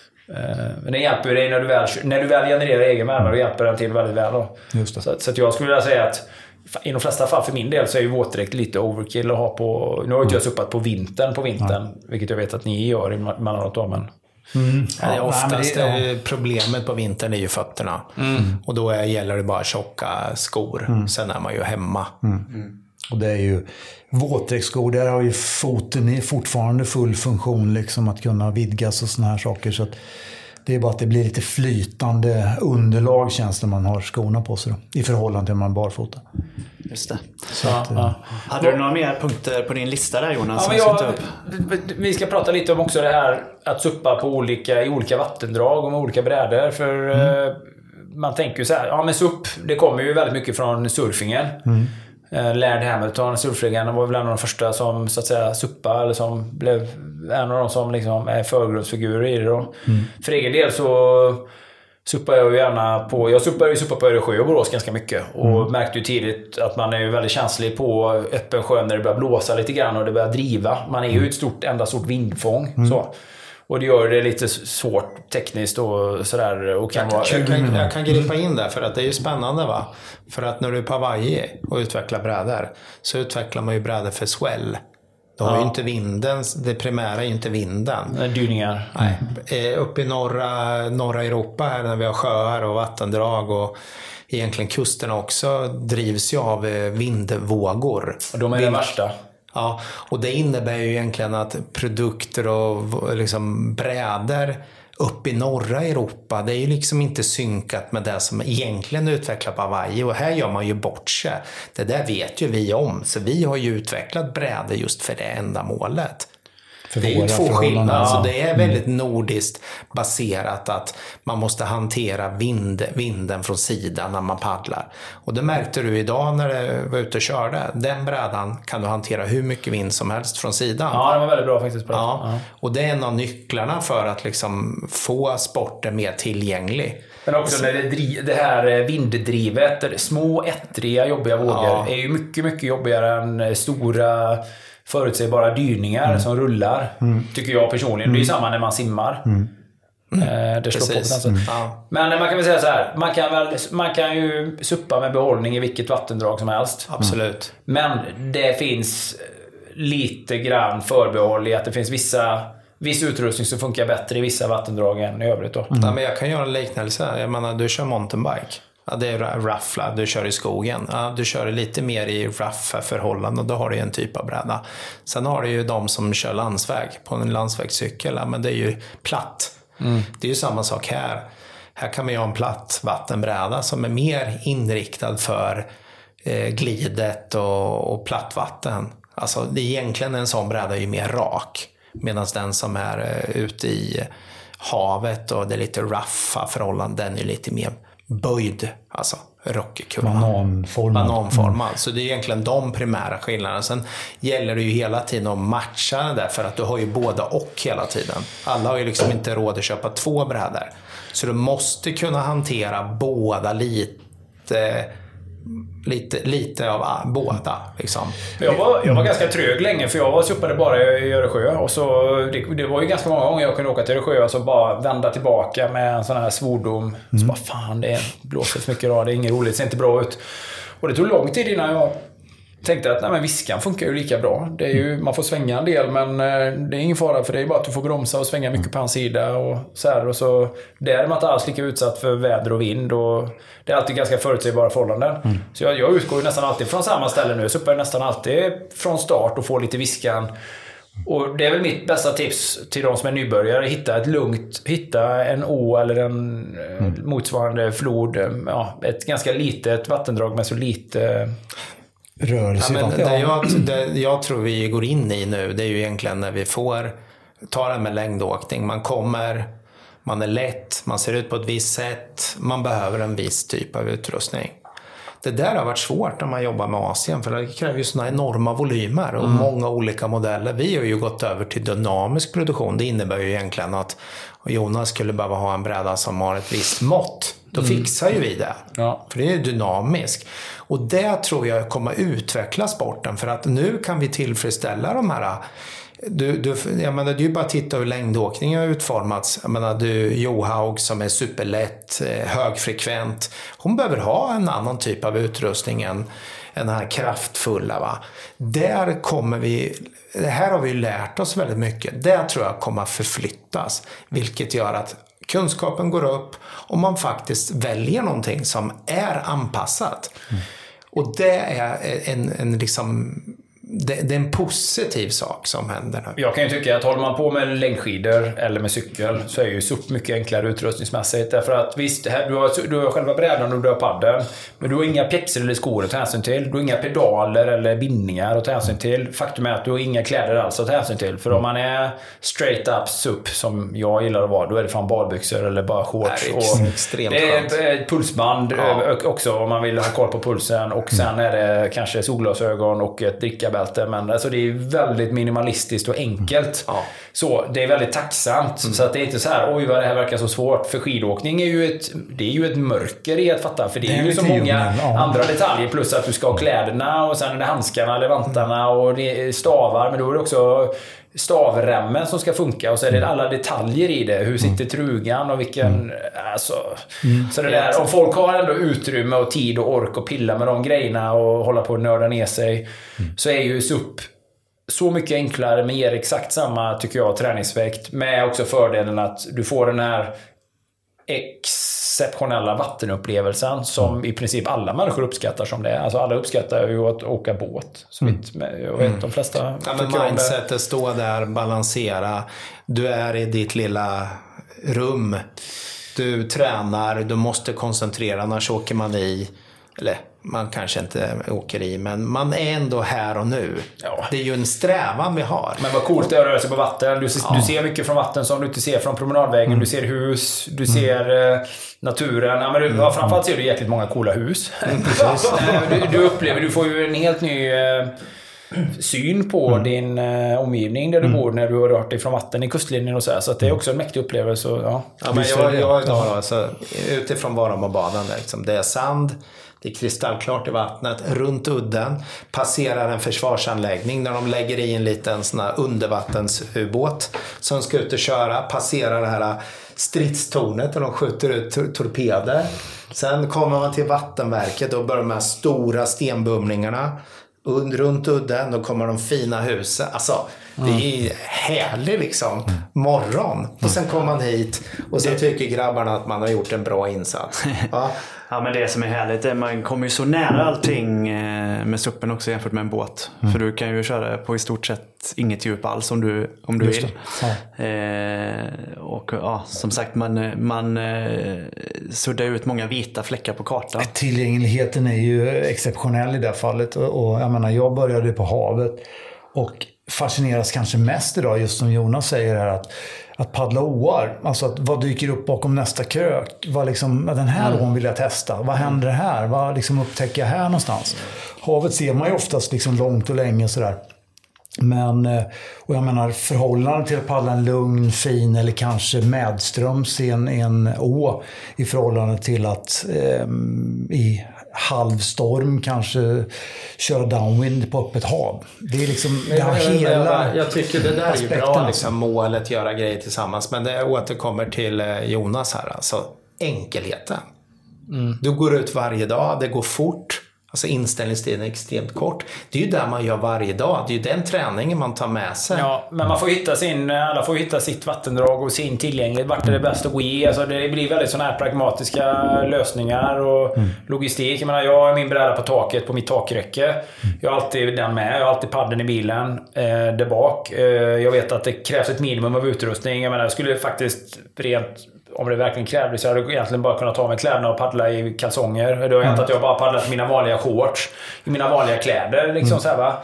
Men den hjälper ju dig när du väl, när du väl genererar egen värme, och hjälper den till väldigt väl då. Just det. Så, så att jag skulle vilja säga att i de flesta fall för min del så är ju våtdräkt lite overkill att ha på. Nu har inte jag suppat på vintern på vintern, ja. Vilket jag vet att ni gör emellanåt då, men Mm. Ja, ja, oftast det, ja. Problemet på vintern är ju fötterna. Mm. Och då är, gäller det bara tjocka skor. Mm. Sen är man ju hemma. Mm. Mm. Och det är ju våtdräktsskor, där har ju foten fortfarande full funktion liksom, att kunna vidgas och såna här saker. Så att det är bara att det blir lite flytande underlag, känns det, man har skorna på sig då, i förhållande till man barfota. Just det. Så att, ja. Hade du några mer punkter på din lista där, Jonas? Ja, men jag, ska vi ska prata lite om också det här att suppa på olika, i olika vattendrag och med olika brädor. För mm. man tänker ju så här, ja men supp, det kommer ju väldigt mycket från surfingen. Mm. Laird Hamilton, surfligan, var väl en av de första som så att säga suppa, eller som blev en av de som liksom är förgrundsfigurer i det då. Mm. För egen del så suppar jag ju gärna på, jag suppar ju suppa på Öresjö och Borås ganska mycket, och mm. märkte ju tidigt att man är ju väldigt känslig på öppen sjö när det börjar blåsa lite grann och det börjar driva. Man är ju ett stort, enda stort vindfång mm. så. Och det gör det lite svårt tekniskt och sådär. Och kan jag, vara... jag, kan, jag kan gripa in där, för att det är ju spännande va. För att när du är på Hawaii och utvecklar brädor, så utvecklar man ju brädor för swell. De har ja. ju inte vinden, det primära är ju inte vinden. Dyningar. Nej. Uppe i norra, norra Europa här, när vi har sjöar och vattendrag och egentligen kusterna också, drivs ju av vindvågor. Och de är Vind... det värsta. Ja, och det innebär ju egentligen att produkter och liksom brädor upp i norra Europa, det är ju liksom inte synkat med det som egentligen utvecklar på Hawaii, och här gör man ju bort sig. Det där vet ju vi om, så vi har ju utvecklat brädor just för det enda målet. För det är ju två skillnader, så det är väldigt mm. nordiskt baserat att man måste hantera vind, vinden från sidan när man paddlar. Och det märkte du idag när du var ute och körde. Den brädan kan du hantera hur mycket vind som helst från sidan. Ja, det var väldigt bra faktiskt på det. Ja. Ja. Och det är en av nycklarna för att liksom få sporten mer tillgänglig. Men också när det, driv, det här vinddrivet, små ettriga jobbiga vågor ja. är ju mycket, mycket jobbigare än stora förutsägbara dyningar mm. som rullar, mm. tycker jag personligen. Mm. Det är ju samma när man simmar. Mm. Eh, det slår på på mm. ja. Men man kan väl säga så här, man kan, väl, man kan ju suppa med behållning i vilket vattendrag som helst. Absolut. Men det finns lite grann förbehåll i att det finns vissa viss utrustning som funkar bättre i vissa vattendrag än i övrigt då. Mm. Ja, men jag kan göra en liknelse. Jag menar, du kör mountainbike. Ja, det är raffla, du kör i skogen. Ja, du kör lite mer i raffa förhållanden, då har du en typ av bräda. Sen har du ju de som kör landsväg på en landsvägscykel, ja, men det är ju platt. Mm. Det är ju samma sak här. Här kan man ju ha en platt vattenbräda som är mer inriktad för eh, glidet och, och platt vatten. Alltså det är egentligen en sån bräda är ju mer rak. Medan den som är eh, ute i havet och det är lite raffa förhållanden, den är lite mer böjd, alltså rockkurva. Bananformad. Bananformad. Så det är egentligen de primära skillnaderna. Sen gäller det ju hela tiden att matcha det där, för att du har ju båda och hela tiden. Alla har ju liksom inte råd att köpa två brädor. Så du måste kunna hantera båda lite... Lite, lite av ah, båda liksom. Jag var, jag var ganska trög länge, för jag var suppade bara i Öresjö, och så det, det var ju ganska många gånger jag kunde åka till Öresjö och så bara vända tillbaka med en sån här svordom. Mm. Så bara fan, det blåser för mycket då, det är inget roligt, det ser inte bra ut. Och det tog lång tid innan jag tänkte att nej, men viskan funkar ju lika bra. Det är ju, man får svänga en del, men det är ingen fara, för det är bara att du får bromsa och svänga mycket på hans sida och så här, och så där är man inte alls lika utsatt för väder och vind, och det är alltid ganska förutsägbara förhållanden. Mm. Så jag, jag utgår ju nästan alltid från samma ställe nu, så uppar jag nästan alltid från start och får lite viskan. Och det är väl mitt bästa tips till de som är nybörjare: hitta ett lugnt, hitta en å eller en mm. motsvarande flod, ja, ett ganska litet vattendrag med så lite rörelse. Ja, men det, jag, det jag tror vi går in i nu, det är ju egentligen när vi får ta det med längdåkning. Man kommer man är lätt, man ser ut på ett visst sätt, man behöver en viss typ av utrustning. Det där har varit svårt när man jobbar med Asien, för det kräver ju såna enorma volymer och mm. många olika modeller. Vi har ju gått över till dynamisk produktion. Det innebär ju egentligen att Jonas skulle behöva ha en bräda som har ett visst mått. Då mm. fixar ju vi det. Ja. För det är dynamisk. Och det tror jag kommer utveckla sporten, för att nu kan vi tillfredsställa de här. Du, du, jag menar, det är ju bara att titta hur längdåkningen har utformats. Jag menar, du, Johaug som är superlätt, högfrekvent. Hon behöver ha en annan typ av utrustning än den här kraftfulla. Va? Där kommer vi, det här har vi lärt oss väldigt mycket. Det tror jag kommer att förflyttas. Vilket gör att kunskapen går upp och man faktiskt väljer någonting som är anpassat. Mm. Och det är en, en liksom... Det, det är en positiv sak som händer nu. Jag kan ju tycka att håller man på med längdskidor eller med cykel så är ju S U P mycket enklare utrustningsmässigt. Därför att visst, här, du, har, du har själva brädan och du har paddeln, men du har inga pjäxor eller skor att ta hänsyn till. Du har inga pedaler eller bindningar att ta hänsyn till. Faktum är att du har inga kläder alls att ta hänsyn till. För om man är straight up S U P som jag gillar att vara, då är det fan badbyxor eller bara shorts. Det är och extremt det är ett pulsband ja. också om man vill ha koll på pulsen. Och sen är det kanske solglasögon och ett drickabälte. Men alltså det är väldigt minimalistiskt och enkelt. Ja. Så det är väldigt tacksamt. Mm. Så att det är inte så här, oj vad det här verkar så svårt. För skidåkning är ju ett, det är ju ett mörker i att fatta. För det är, det är ju så många ja. andra detaljer. Plus att du ska ha kläderna och sen är det handskarna eller vantarna och det är stavar. Men då är det också stavremmen som ska funka. Och så är det alla detaljer i det. Hur sitter trugan och vilken... Mm. Alltså, mm. Så det där, om folk har ändå utrymme och tid och ork och pilla med de grejerna och hålla på och nörda ner sig, mm. så är ju S U P så mycket enklare, men ger exakt samma, tycker jag, träningsväkt. Med också fördelen att du får den här exceptionella vattenupplevelsen som mm. i princip alla människor uppskattar som det är. Alltså alla uppskattar ju att åka båt. Så mm. vitt, jag vet mm. de flesta... Ja, men mindsetet, stå där, balansera. Du är i ditt lilla rum. Du tränar, du måste koncentrera, annars åker man i... Eller man kanske inte åker i, men man är ändå här och nu. Ja. Det är ju en strävan vi har. Men vad coolt det är att röra sig på vatten. Du ser, ja. du ser mycket från vatten som du inte ser från promenadvägen. Mm. Du ser hus, du ser mm. eh, naturen. Ja, men du, mm. ja, framförallt ser du jäkligt många coola hus. Mm. du, du upplever, du får ju en helt ny... Eh, syn på mm. din uh, omgivning där du mm. bor när du har rört dig från vatten i kustlinjen och så här. Så att det är också en mäktig upplevelse. Ja, ja men jag, jag idag alltså, utifrån Varam och baden där, liksom, det är sand, det är kristallklart i vattnet, runt udden passerar en försvarsanläggning där de lägger i en liten sån här undervattensubåt som ska ut och köra, passerar det här stridstornet och de skjuter ut tor- torpeder. Sen kommer man till vattenverket och börjar med stora stenbumlingarna. Runt udden, då kommer de fina husen. Alltså, det är härligt liksom. Morgon. Och sen kommer man hit och sen tycker grabbarna att man har gjort en bra insats. Ja, ja men det som är härligt är att man kommer ju så nära allting med suppen också jämfört med en båt. Mm. För du kan ju köra på i stort sett inget djup alls om du, om du vill. Ja. Eh, och ja, som sagt, man, man eh, suddar ut många vita fläckar på kartan. Tillgängligheten är ju exceptionell i det fallet. Och, och jag menar, jag började på havet och fascineras kanske mest idag, just som Jonas säger här, att, att paddla åar. Alltså att vad dyker upp bakom nästa krök? Vad liksom, den här mm. ån vill jag testa. Vad händer här? Vad liksom upptäcker jag här någonstans? Havet ser man ju oftast liksom långt och länge sådär. Men, och jag menar, förhållande till att paddla en lugn, fin eller kanske medströms i en, en å i förhållande till att eh, i halvstorm kanske köra downwind på öppet hav. Det är liksom det har hela jag tycker det där är ju bra liksom, målet göra grejer tillsammans, men det återkommer till Jonas här, alltså enkelheten. Mm. Du går ut varje dag, det går fort. Alltså inställningstiden är extremt kort. Det är ju där man gör varje dag. Det är ju den träningen man tar med sig. Ja, men man får hitta sin, alla får hitta sitt vattendrag och sin tillgänglighet. Vart är det bäst att gå i? Alltså det blir väldigt sådana här pragmatiska lösningar och mm. logistik. Jag menar, jag har min bräda på taket på mitt takräcke. Mm. Jag har alltid den med. Jag har alltid padden i bilen eh, där bak. Eh, jag vet att det krävs ett minimum av utrustning. Jag menar, jag skulle faktiskt rent... Om det verkligen krävdes så hade jag egentligen bara kunnat ta med kläderna och paddla i kalsonger. Det har hänt mm. att jag bara paddlat i mina vanliga shorts, i mina vanliga kläder liksom mm. så här, va.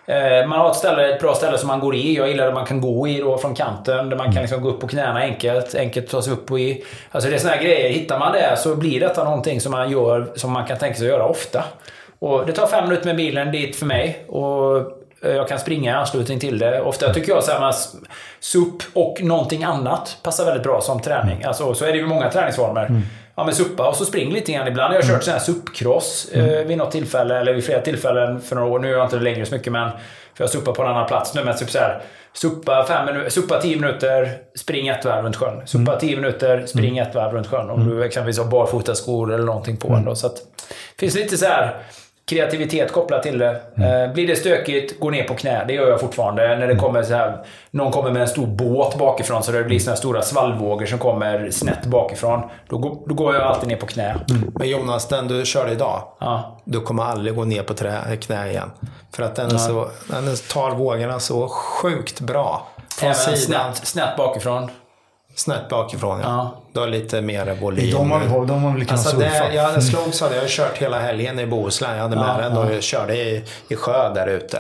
Eh, man har ett, ställe, ett bra ställe som man går i. Jag gillar att man kan gå i då från kanten. Där man kan liksom gå upp på knäna enkelt. Enkelt ta sig upp och i. Alltså det är såna här grejer. Hittar man det så blir detta någonting som man gör, som man kan tänka sig att göra ofta. Och det tar fem minuter med bilen dit för mig. Och jag kan springa i anslutning till det. Ofta tycker jag att S U P och någonting annat passar väldigt bra som träning. Alltså, så är det ju många träningsformer. Mm. Ja, men suppa och så spring lite grann ibland. Jag har kört sån här suppcross mm. eh, vid något tillfälle, eller vid flera tillfällen för några år. Nu är jag inte längre så mycket, men för jag suppar på en annan plats nu. Men typ så här, suppa, fem minu- suppa tio minuter, spring ett varv runt sjön. Suppa mm. tio minuter, spring ett varv runt sjön. Om mm. du exempelvis har barfotaskor eller någonting på mm. då. Så att det finns lite så här kreativitet kopplat till det. Mm. Eh, blir det stökigt, gå ner på knä. Det gör jag fortfarande. När det kommer så här, någon kommer med en stor båt bakifrån, så det blir såna här stora svallvågor som kommer snett bakifrån. Då, går, då går jag alltid ner på knä. Mm. Men Jonas, den du kör idag, ja. du kommer aldrig gå ner på trä, knä igen. För att den, är ja. så, den tar vågorna så sjukt bra. Från sidan. Snett, snett bakifrån. Snett bakifrån, ja. ja. Du har lite mer volym. De har, de har väl alltså det, jag slogs av det. Jag har kört hela helgen i Bohuslän. Jag hade med ja, den och jag körde i, i sjö där ute.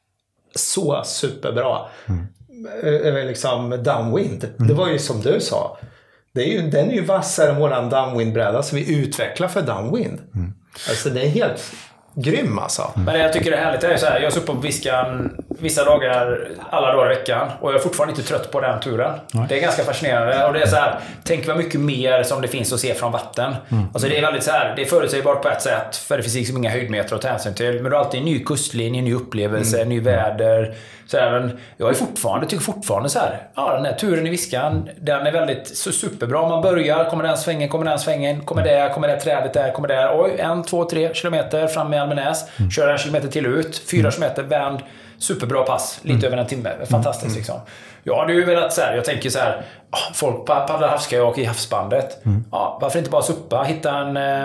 Så superbra. Mm. Liksom downwind. Mm. Det var ju som du sa. Det är ju, den är ju vassare än våran downwind-bräda som vi utvecklar för downwind. Mm. Alltså det är helt grym alltså. Men det jag tycker det är härligt är så här, jag är uppe på Viskan vissa dagar, alla dagar i veckan, och jag är fortfarande inte trött på den turen. Nej. Det är ganska fascinerande, och det är så här, tänk vad mycket mer som det finns att se från vatten. Mm. Alltså det är väldigt så här, det är förutsägbart på ett sätt, för det finns liksom inga höjdmeter att ta hänsyn till, men du har alltid en ny kustlinje, ny upplevelse, mm. ny väder. Så här, men jag är fortfarande, tycker fortfarande så här, ja, den här turen i Viskan, den är väldigt så superbra. Man börjar, kommer den svängen, kommer den svängen, kommer det, kommer det trädet där, kommer där, oj, en, två, tre kilometer fram med Almenäs, mm. kör en kilometer till ut, fyra mm. kilometer, vänd, superbra pass, lite mm. över en timme, fantastiskt mm. liksom. Ja, det är ju väl att så här, jag tänker så här, folk paddlar havskajak i havsbandet, mm. ja, varför inte bara suppa, hitta en eh,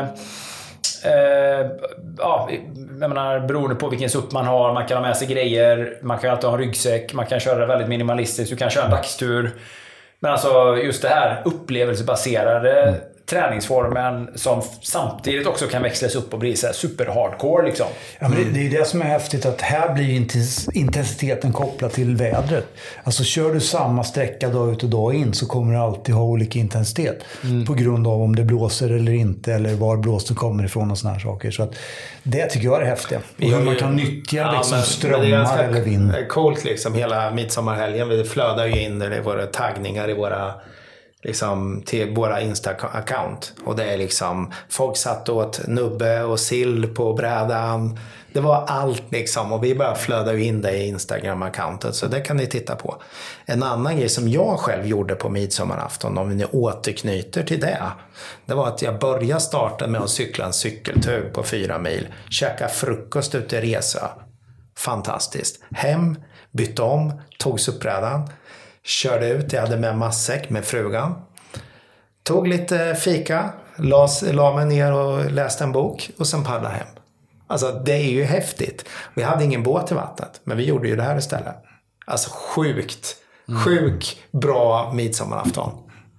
eh, ja, jag menar, beroende på vilken supp man har, man kan ha med sig grejer, man kan alltid ha en ryggsäck, man kan köra väldigt minimalistiskt, du kan köra en dagstur, men alltså just det här upplevelsebaserade mm. träningsformen som samtidigt också kan växlas upp och bli så här super hardcore liksom. Ja, men det, det är det som är häftigt, att här blir intensiteten kopplad till vädret. Alltså kör du samma sträcka dag ut och dag in, så kommer du alltid ha olika intensitet mm. på grund av om det blåser eller inte, eller var blåsten kommer ifrån och såna här saker. Så att det tycker jag är häftigt. Och hur man kan nyttja ja, liksom, strömmar eller vind. Det är coolt liksom, hela midsommarhelgen. Vi flödar ju in i våra taggningar i våra liksom till våra Insta-account, och det är liksom folk satt åt nubbe och sill på brädan, det var allt liksom, och vi bara flödade in det i Instagram-accountet, så det kan ni titta på. En annan grej som jag själv gjorde på midsommarafton, om ni återknyter till det, det var att jag började starta med att cykla en cykeltur på fyra mil, käka frukost ute i Resö, fantastiskt, hem, bytte om, tog suppbrädan, körde ut, jag hade med matsäck med frugan. Tog lite fika, la, la mig ner och läste en bok och sen paddlade hem. Alltså det är ju häftigt. Vi hade ingen båt i vattnet, men vi gjorde ju det här istället. Alltså sjukt, mm. sjukt bra midsommarafton.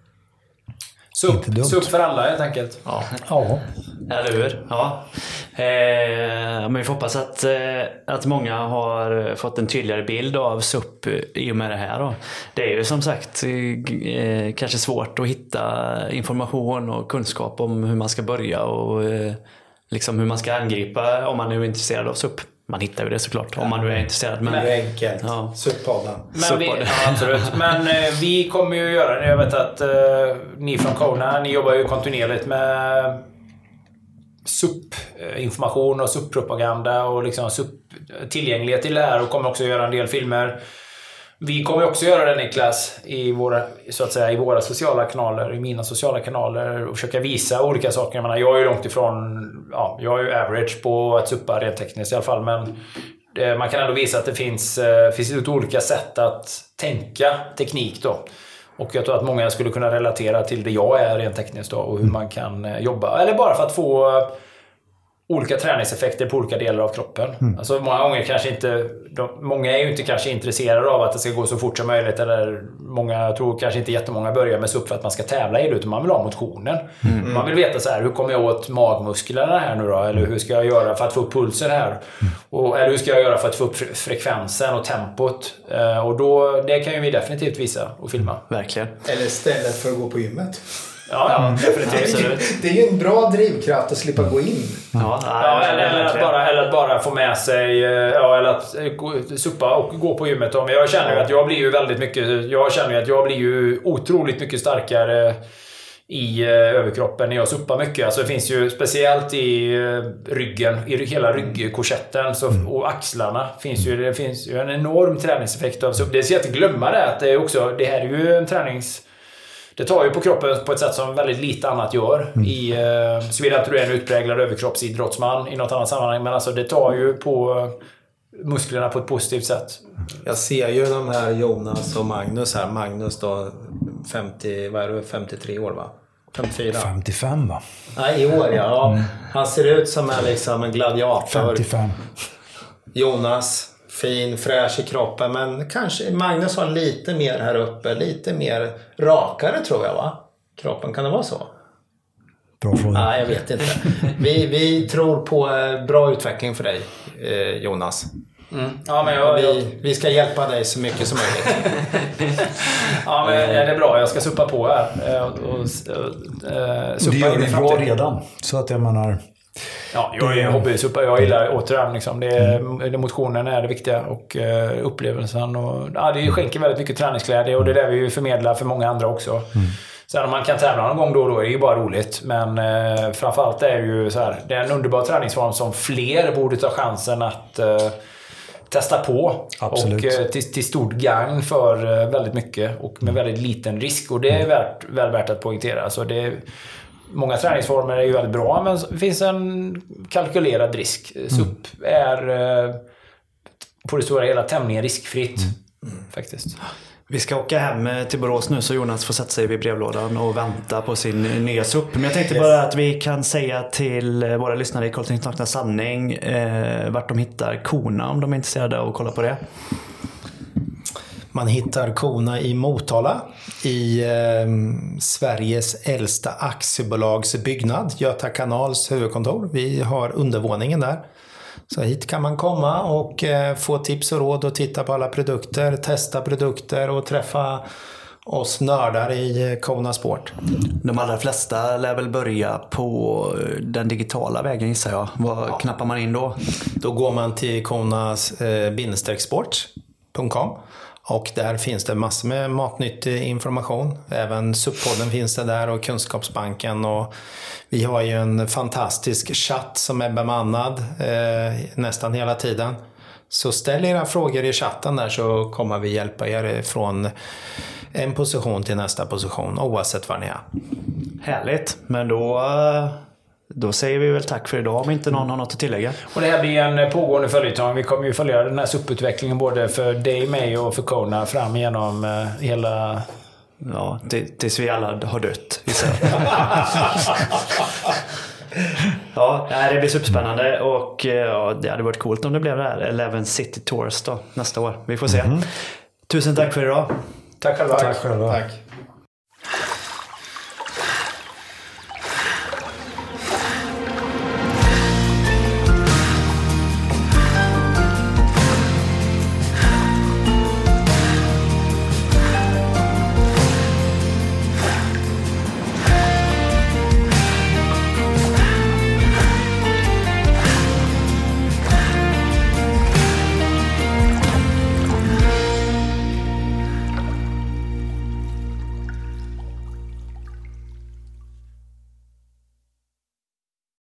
Supp, supp för alla helt enkelt. Ja. Ja. Eller hur? Ja. Eh, men vi får hoppas att, eh, att många har fått en tydligare bild av S U P i och med det här. Då. Det är ju som sagt eh, kanske svårt att hitta information och kunskap om hur man ska börja och eh, liksom hur man ska angripa om man nu är intresserad av S U P. Man hittar ju det såklart, ja. Om man nu är intresserad. Men, men det är enkelt. Ja. S U P-podden. Men vi, ja, absolut. Men eh, vi kommer ju göra det. Jag vet att eh, ni från Kona, ni jobbar ju kontinuerligt med S U P-information och S U P-propaganda och liksom S U P-tillgänglighet till det här, och kommer också göra en del filmer. Vi kommer också göra det, Niklas, i våra, så att säga, i våra sociala kanaler, i mina sociala kanaler, och försöka visa olika saker. Jag menar, jag är ju långt ifrån, ja, jag är ju average på att suppa rent tekniskt i alla fall, men det, man kan ändå visa att det finns, eh, finns ett olika sätt att tänka teknik då. Och jag tror att många skulle kunna relatera till det jag är rent tekniskt då, och hur man kan eh, jobba. Eller bara för att få olika träningseffekter på olika delar av kroppen. Mm. Alltså många gånger kanske inte de, många är ju inte kanske intresserade av att det ska gå så fort som möjligt, eller många, jag tror kanske inte jättemånga börjar med SUP för att man ska tävla i det, utan man vill ha motionen. Mm. Man vill veta så här, hur kommer jag åt magmusklerna här nu då, eller hur ska jag göra för att få upp pulsen här? Mm. Och, eller hur ska jag göra för att få upp frekvensen och tempot? Uh, och då, det kan ju vi definitivt visa och filma. Verkligen. Eller istället för att gå på gymmet. Ja, ja, definitivt. Det är ju en bra drivkraft att slippa gå in. Ja, ja, eller, eller, att bara, eller att bara få med sig, ja, eller att gå, suppa och gå på gymmet. Men jag känner ju att jag blir ju väldigt mycket, jag känner ju att jag blir ju otroligt mycket starkare i överkroppen när jag suppar mycket. Alltså det finns ju speciellt i ryggen, i hela ryggkorsetten så, och axlarna finns ju, det finns ju en enorm träningseffekt av SUP. Det är så att glömma det, att det är också, det här är ju en tränings... Det tar ju på kroppen på ett sätt som väldigt lite annat gör. Mm. I, eh, så vill jag inte du är en utpräglad överkroppsidrottsman i något annat sammanhang. Men alltså det tar ju på musklerna på ett positivt sätt. Jag ser ju de här Jonas och Magnus här. Magnus då femtio, vad är det, femtiotre år va? femtiofyra. femtiofem va? Nej, i år ja. Mm. Han ser ut som en, liksom en gladiator. femtiofem. Jonas, fin, fräsch i kroppen. Men kanske Magnus har lite mer här uppe. Lite mer rakare tror jag va? Kroppen, kan det vara så? Bra fråga. Nej, jag vet inte. Vi, vi tror på bra utveckling för dig, Jonas. Mm. Ja, men jag, vi, jag... vi ska hjälpa dig så mycket som möjligt. Ja, men det är bra. Jag ska suppa på här. Och, och, och, suppa det gör ni bra redan. Så att jag menar... Ja, jag är hobbysuppare. Jag gillar återhämtning liksom. Det är, mm. Motionen är det viktiga och uh, upplevelsen. Och, ja, det skänker väldigt mycket träningsglädje och det är det vi förmedlar för många andra också. Mm. Sen om man kan tävla någon gång då och då är det ju bara roligt. Men uh, framförallt är det ju så här, det är en underbar träningsform som fler borde ta chansen att uh, testa på. Absolut. Och uh, till, till stort gagn för uh, väldigt mycket och med väldigt liten risk. Och det är värt, väl värt att poängtera. Alltså det många träningsformer är ju väldigt bra, men det finns en kalkylerad risk. SUP är eh, på det stora hela tämligen riskfritt mm. faktiskt. Vi ska åka hem till Borås nu så Jonas får sätta sig vid brevlådan och vänta på sin nya SUP. Men jag tänkte yes. bara att vi kan säga till våra lyssnare i Coltings nakna sanning eh, vart de hittar Kona om de är intresserade av att kolla på det. Man hittar Kona i Motala i eh, Sveriges äldsta aktiebolags byggnad, Göta kanals huvudkontor. Vi har undervåningen där. Så hit kan man komma och eh, få tips och råd och titta på alla produkter, testa produkter och träffa oss nördar i Kona Sport. De allra flesta lär väl börja på den digitala vägen gissar jag. Vad ja. knappar man in då? Då går man till konas eh, bindestrek sport punkt com. Och där finns det massor med matnyttig information. Även SUP-podden finns det där och Kunskapsbanken. Och vi har ju en fantastisk chatt som är bemannad eh, nästan hela tiden. Så ställ era frågor i chatten där så kommer vi hjälpa er från en position till nästa position oavsett var ni är. Härligt, men då... Då säger vi väl tack för idag om inte någon har något att tillägga. Och det här blir en pågående följetong. Vi kommer ju följa den här SUP-utvecklingen både för dig, mig och för Kona fram genom uh, hela... Ja, tills vi alla har dött. Ja, det blir superspännande och ja, det hade varit coolt om det blev det här Eleven City Tours då nästa år. Vi får se. Mm-hmm. Tusen tack för idag. Tack själva. Tack själva. Tack.